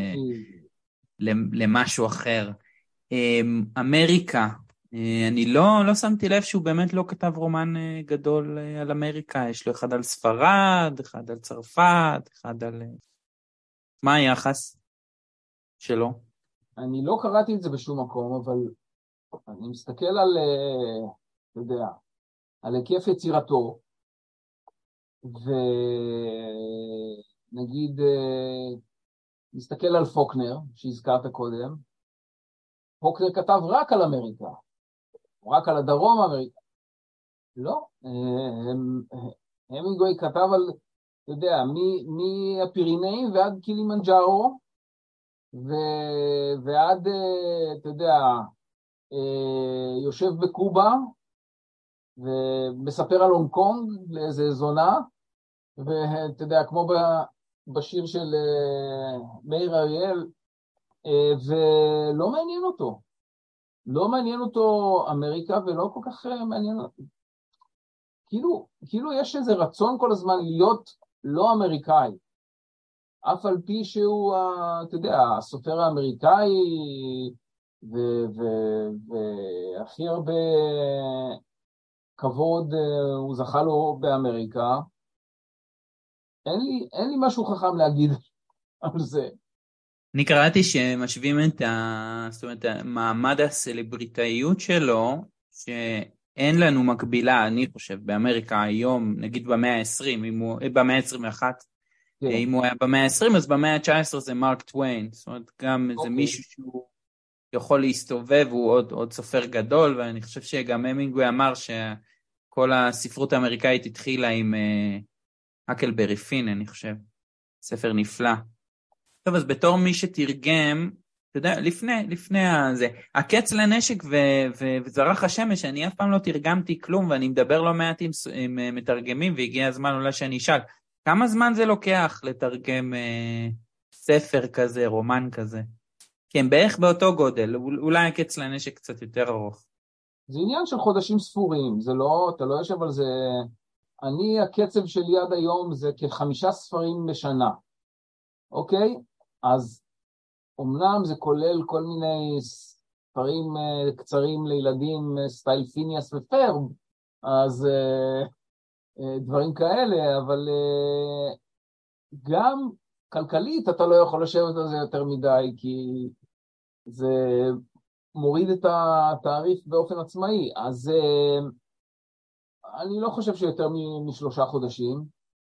למשהו אחר. אמריקה, אני לא שמתי לב שהוא באמת לא כתב רומן גדול על אמריקה, יש לו אחד על ספרד, אחד על צרפת, אחד על... מה היחס שלו? אני לא קראתי את זה בשום מקום, אבל אני מסתכל על, אתה יודע, על היקף יצירתו, ונגיד, מסתכל על פוקנר, שהזכרת קודם, פוקנר כתב רק על אמריקה, רק על הדרום אמריקה. לא, המינגווי כתב על, אתה יודע, מהפירינאים ועד קילימנג'ארו, ועד, אתה יודע, יושב בקובה, ומספר על הונג קונג לאיזה זונה, ואתה יודע, כמו בשיר של מאיר אריאל, ולא מעניין אותו. לא מעניין אותו אמריקה, ולא כל כך מעניין אותו. כאילו יש איזה רצון כל הזמן להיות לא אמריקאי. אף על פי שהוא, אתה יודע, הסופר האמריקאי, והכי הרבה כבוד הוא זכה לו באמריקה. אין לי משהו חכם להגיד על זה. אני קראתי שמשווים זאת אומרת, מעמד הסלבריטאיות שלו, שאין לנו מקבילה, אני חושב, באמריקה היום, נגיד במאה ה-20, במאה ה-21, אם הוא היה במאה ה-20, אז במאה ה-19 זה מרק טוויין, זאת אומרת, גם זה מישהו שהוא יכול להסתובב, הוא עוד סופר גדול, ואני חושב שגם המינגווי אמר שכל הספרות האמריקאית התחילה עם הקלברי פין, אני חושב, ספר נפלא. טוב, אז בתור מי שתרגם, אתה יודע, לפני זה, הקץ לנשק וזרח השמש, אני אף פעם לא תרגמתי כלום, ואני מדבר לא מעט עם מתרגמים, והגיע הזמן אולי שאני אשאל, כמה זמן זה לוקח לתרגם ספר כזה, רומן כזה? כן, בערך באותו גודל, אולי הקץ לנשק קצת יותר ארוך. זה עניין של חודשים ספורים, זה לא, אתה לא יושב על זה, הקצב שלי עד היום זה כ5 ספרים בשנה, אוקיי? אז אומנם זה כולל כל מיני ספרים קצרים לילדים, סטייל פיניאס ופרב, אז דברים כאלה, אבל גם כלכלית אתה לא יכול לשבת על זה יותר מדי, כי זה מוריד את התעריף באופן עצמאי, אז אני לא חושב שיותר מ3 חודשים,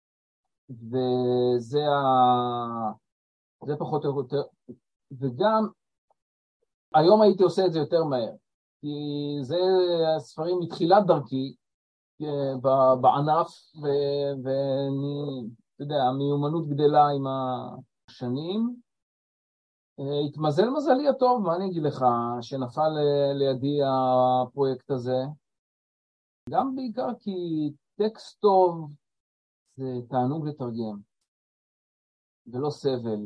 וזה זה פחות או יותר, וגם היום הייתי עושה את זה יותר מהר, כי זה הספרים מתחילת דרכי בענף, ואני, אתה יודע, המיומנות גדלה עם השנים. התמזל מזלי הטוב, מה אני אגיד לך, שנפל לידי הפרויקט הזה, גם בעיקר כי טקסט טוב זה תענוג לתרגם, ולא סבל,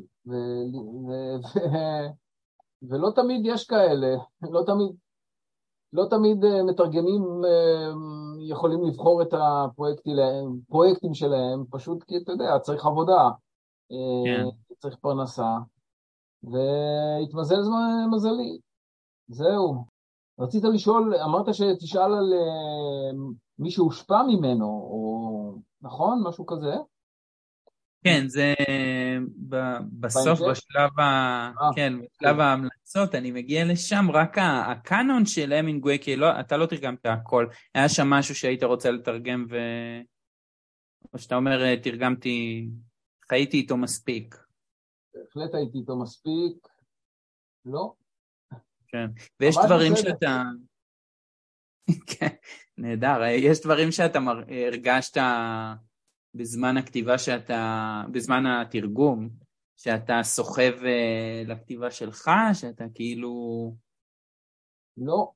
ולא תמיד יש כאלה, לא תמיד מתרגמים יכולים לבחור את הפרויקטים שלהם, פשוט כי אתה יודע, צריך עבודה, צריך פרנסה, והתמזל מזלי. זהו. רצית לשאול, אמרת שתשאל על מי שהושפע ממנו, או נכון? משהו כזה? כן, זה בסוף, בשלב ההמלצות, אני מגיע לשם, רק הקאנון של המינגווי, כי אתה לא תרגמת הכל, היה שם משהו שהיית רוצה לתרגם, או שאתה אומר, תרגמתי, חייתי איתו מספיק. בהחלט הייתי איתו מספיק, לא. כן, ויש דברים שאתה... כן, נהדר, יש דברים שאתה הרגשת בזמן הכתיבה בזמן התרגום, שאתה סוחב לכתיבה שלך, שאתה כאילו... לא,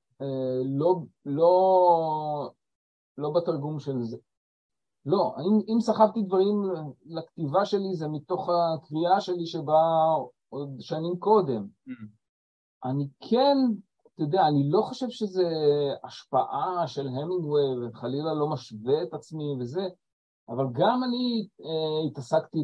לא בתרגום של זה. לא, אם סחבתי דברים לכתיבה שלי, זה מתוך הקריאה שלי שבאה עוד שנים קודם. אני כן, אתה יודע, אני לא חושב שזה השפעה של המינגווי, וחלילה לא משווה את עצמי וזה, אבל גם אני התעסקתי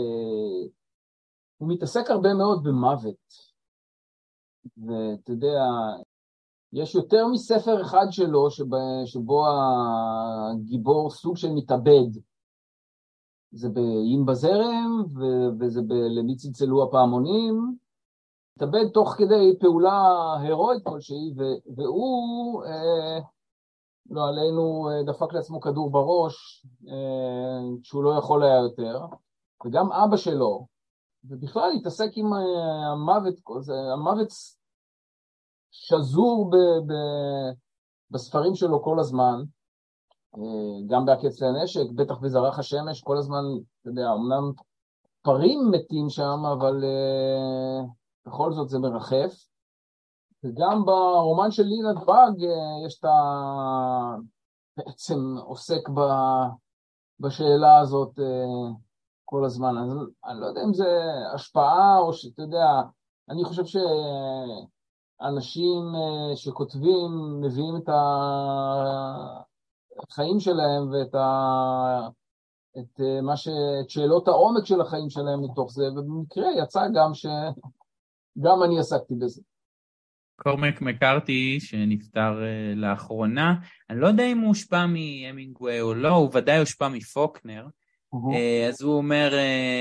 הוא מתעסק הרבה מאוד במוות. ואתה יודע, יש יותר מספר אחד שלו שבו הגיבור סוג של מתאבד. זה באיים בזרם, וזה למי צלצלו הפעמונים. מתאבד תוך כדי פעולה הירואית כלשהי, והוא, לא עלינו, דפק לעצמו כדור בראש, שהוא לא יכול היה יותר. וגם אבא שלו, ובכלל התעסק עם המוות, המוות שזור בספרים שלו כל הזמן, גם בהקץ לנשק, בטח בזרח השמש, כל הזמן, אתה יודע, אמנם פרים מתים שם, אבל בכל זאת זה מרחף. וגם ברומן של לינד באג יש בעצם עוסק בשאלה הזאת כל הזמן. אז אני לא יודע אם זה השפעה או שאתה יודע, אני חושב שאנשים שכותבים מביאים את החיים שלהם ואת את שאלות העומק של החיים שלהם מתוך זה, ובמקרה יצא גם שגם אני עסקתי בזה. קורמק מקארתי שנפטר לאחרונה, אני לא יודע אם הוא הושפע מהמינגווי או לא, הוא ודאי הושפע מפוקנר, אז הוא אומר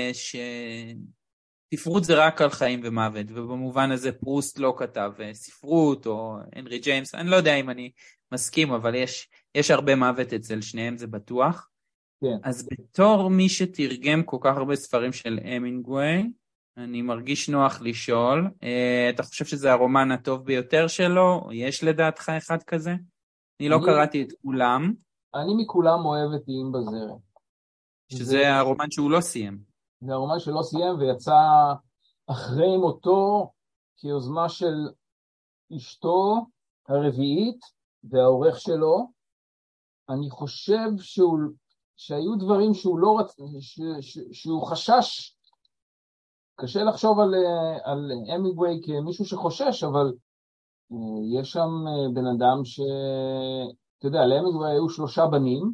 שספרות זה רק על חיים ומוות, ובמובן הזה פרוסט לא כתב ספרות או הנרי ג'יימס, אני לא יודע אם אני מסכים, אבל יש הרבה מוות אצל שניהם, זה בטוח. כן. אז בתור מי שתרגם כל כך הרבה ספרים של המינגווי, אני מרגיש נוח לשאול, אתה חושב שזה הרומן הטוב ביותר שלו, או יש לדעתך אחד כזה? אני לא קראתי את כולם. אני מכולם אוהב את איים בזרם. שזה הרומן שהוא לא סיים. זה הרומן שלא סיים ויצא אחרי מותו כיוזמה של אשתו הרביעית והעורך שלו. אני חושב שהיו דברים שהוא לא רצה, שהוא חשש. קשה לחשוב על המינגווי כמישהו שחושש, אבל יש שם בן אדם אתה יודע, להמינגווי היו 3 בנים,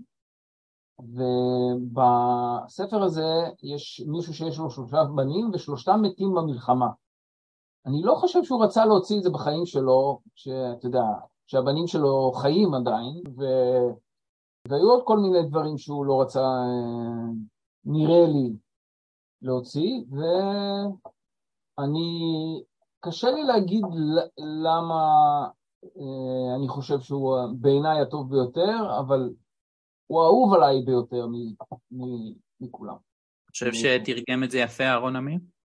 ובספר הזה יש מישהו שיש לו 3 בנים, ושלושתם מתים במלחמה. אני לא חושב שהוא רצה להוציא את זה בחיים שלו, שאתה יודע, שהבנים שלו חיים עדיין, והיו עוד כל מיני דברים שהוא לא רצה, נראה לי, להוציא, ואני, קשה לי להגיד למה אני חושב שהוא בעיניי הטוב ביותר, אבל הוא אהוב עליי ביותר מכולם. אני חושב שתרגם את זה יפה אהרון אמיר?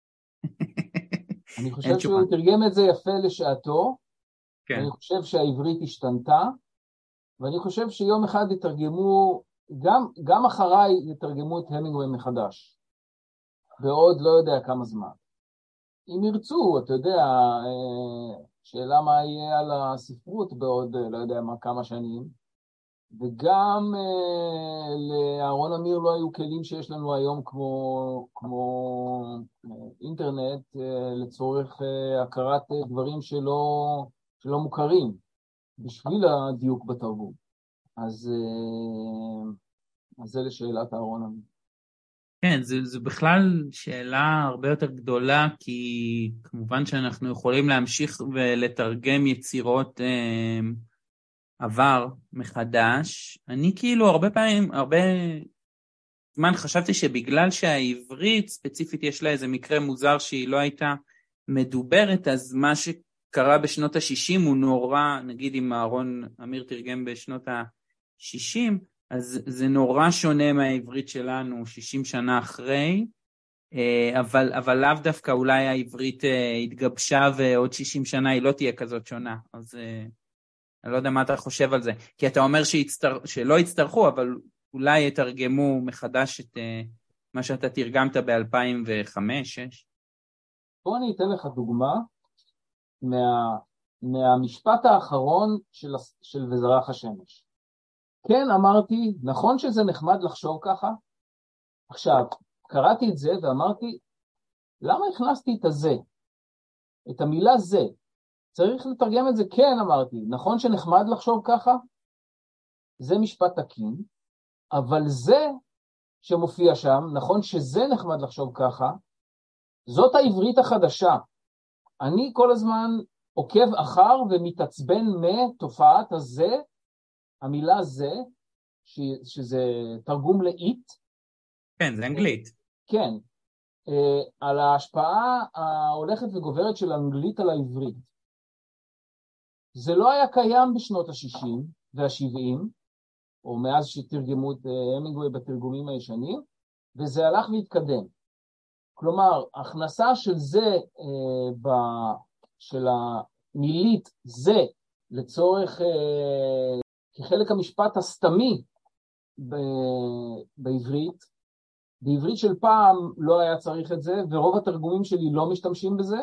אני חושב שהוא תרגם את זה יפה לשעתו, כן. אני חושב שהעברית השתנתה, ואני חושב שיום אחד יתרגמו, גם אחריי יתרגמו את המינגווי מחדש. ועוד לא יודע כמה זמן. אם ירצו, אתה יודע, שאלה מה יהיה על הספרות בעוד, לא יודע מה, כמה שנים, וגם לאהרון אמיר לא היו כלים שיש לנו היום כמו אינטרנט, לצורך הכרת דברים שלא מוכרים, בשביל הדיוק בתרבות. אז זה לשאלת אהרון אמיר. כן, זו בכלל שאלה הרבה יותר גדולה, כי כמובן שאנחנו יכולים להמשיך ולתרגם יצירות עבר מחדש. אני כאילו הרבה זמן חשבתי שבגלל שהעברית ספציפית יש לה איזה מקרה מוזר שהיא לא הייתה מדוברת, אז מה שקרה בשנות ה-60 הוא נורא, נגיד אם אהרון אמיר תרגם בשנות ה-60, אז זה נורא שונה מהעברית שלנו 60 שנה אחרי, אבל לאו דווקא אולי העברית התגבשה ועוד 60 שנה היא לא תהיה כזאת שונה, אז אני לא יודע מה אתה חושב על זה, כי אתה אומר שלא יצטרכו, אבל אולי יתרגמו מחדש את מה שאתה תרגמת ב-2005-2006. פה אני אתן לך דוגמה מהמשפט האחרון של וזרח השמש. כן, אמרתי, נכון שזה נחמד לחשוב ככה? עכשיו, קראתי את זה ואמרתי, למה הכנסתי את הזה? את המילה זה. צריך לתרגם את זה, כן, אמרתי, נכון שנחמד לחשוב ככה? זה משפט תקין, אבל זה שמופיע שם, נכון שזה נחמד לחשוב ככה, זאת העברית החדשה. אני כל הזמן עוקב אחר ומתעצבן מתופעת הזה, המילה זה, שזה תרגום לאית. כן, זה אנגלית. כן, על ההשפעה ההולכת וגוברת של האנגלית על העברית. זה לא היה קיים בשנות ה-60 וה-70, או מאז שתרגמו את המינגווי בתרגומים הישנים, וזה הלך והתקדם. כלומר, הכנסה של זה, של המילית זה, לצורך, כחלק המשפט הסתמי בעברית, בעברית של פעם לא היה צריך את זה, ורוב התרגומים שלי לא משתמשים בזה,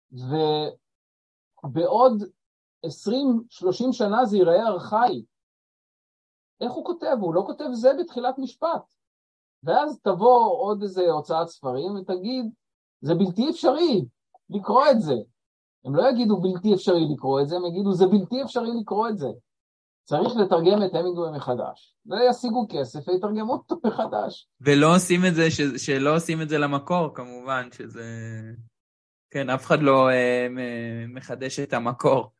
ובעוד 20-30 שנה זה ייראה ארכאי. איך הוא כותב? הוא לא כותב זה בתחילת משפט. ואז תבוא עוד איזה הוצאת ספרים ותגיד, זה בלתי אפשרי לקרוא את זה. הם לא יגידו בלתי אפשרי לקרוא את זה, הם יגידו זה בלתי אפשרי לקרוא את זה. צריך לתרגם את המינגווי מחדש. וישיגו כסף ויתרגמו אותו מחדש. ולא עושים את זה, שלא עושים את זה למקור, כמובן, שזה... כן, אף אחד לא מחדש את המקור.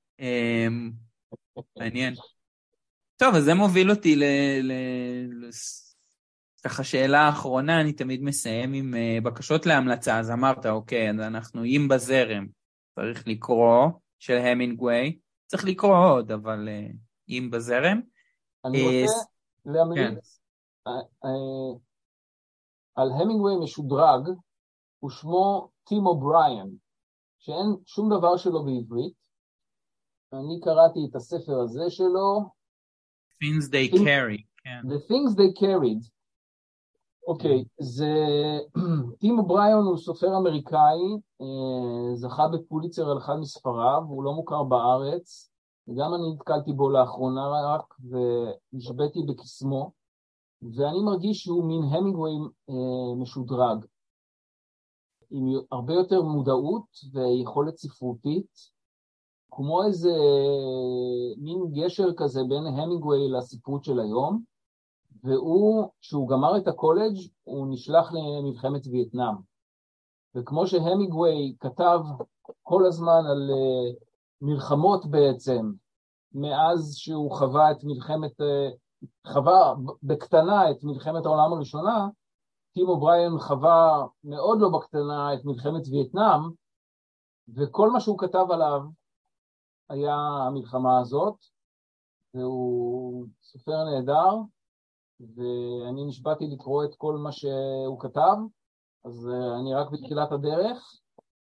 מעניין. טוב, אז זה מוביל אותי ככה שאלה האחרונה, אני תמיד מסיים עם בקשות להמלצה, אז אמרת, אוקיי, אז אנחנו אם בזרם, צריך לקרוא של המינגווי, צריך לקרוא עוד, אבל אם בזרם. אני רוצה להמליץ על המינגווי משודרג, הוא שמו טים אובריין, שאין שום דבר שלו בעברית. אני קראתי את הספר הזה שלו. Things they carry. The things they carried. אוקיי, זה טים אובריין הוא סופר אמריקאי, זכה בפוליצר על אחד מספריו, הוא לא מוכר בארץ, וגם אני נתקלתי בו לאחרונה רק, ונשבתי בקסמו, ואני מרגיש שהוא מין המינגווי משודרג, עם הרבה יותר מודעות ויכולת ספרותית, כמו איזה מין גשר כזה בין המינגווי לספרות של היום, והוא, כשהוא גמר את הקולג', הוא נשלח למלחמת וייטנאם. וכמו שהמינגווי כתב כל הזמן על מלחמות בעצם, מאז שהוא חווה בקטנה את מלחמת העולם הראשונה, טים אובריין חווה מאוד לא בקטנה את מלחמת וייטנאם, וכל מה שהוא כתב עליו היה המלחמה הזאת, והוא סופר נהדר, ואני נשבעתי לקרוא את כל מה שהוא כתב, אז אני רק בתחילת הדרך,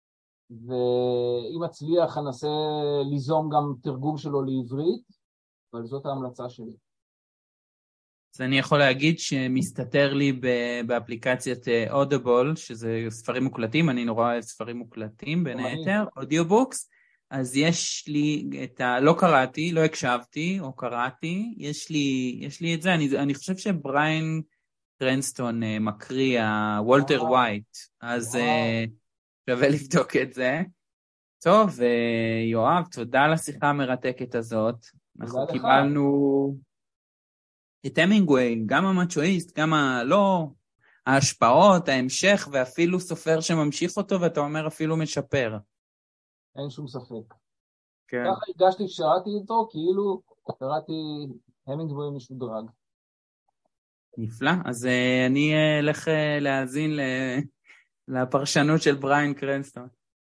ואם אצליח אנסה ליזום גם תרגום שלו לעברית, אבל זאת ההמלצה שלי. אז אני יכול להגיד שמסתתר לי באפליקציית Audible, שזה ספרים מוקלטים, אני נורא אוהב ספרים מוקלטים, בין היתר, אודיובוקס, אז יש לי לא קראתי, לא הקשבתי, או קראתי, יש לי את זה, אני חושב שבריין קרנסטון מקריא, וולטר ווייט, אז שווה לבדוק את זה. טוב, יואב, תודה על השיחה המרתקת הזאת. אנחנו קיבלנו את המינגווי, גם המצ'ואיסט, גם ההשפעות, ההמשך, ואפילו סופר שממשיך אותו, ואתה אומר אפילו משפר. אין שום ספק. כן. ככה הרגשתי כשקראתי איתו, כאילו קראתי המינגווי משודרג. נפלא, אז אני אלך להאזין לפרשנות של בריין קרנסטון.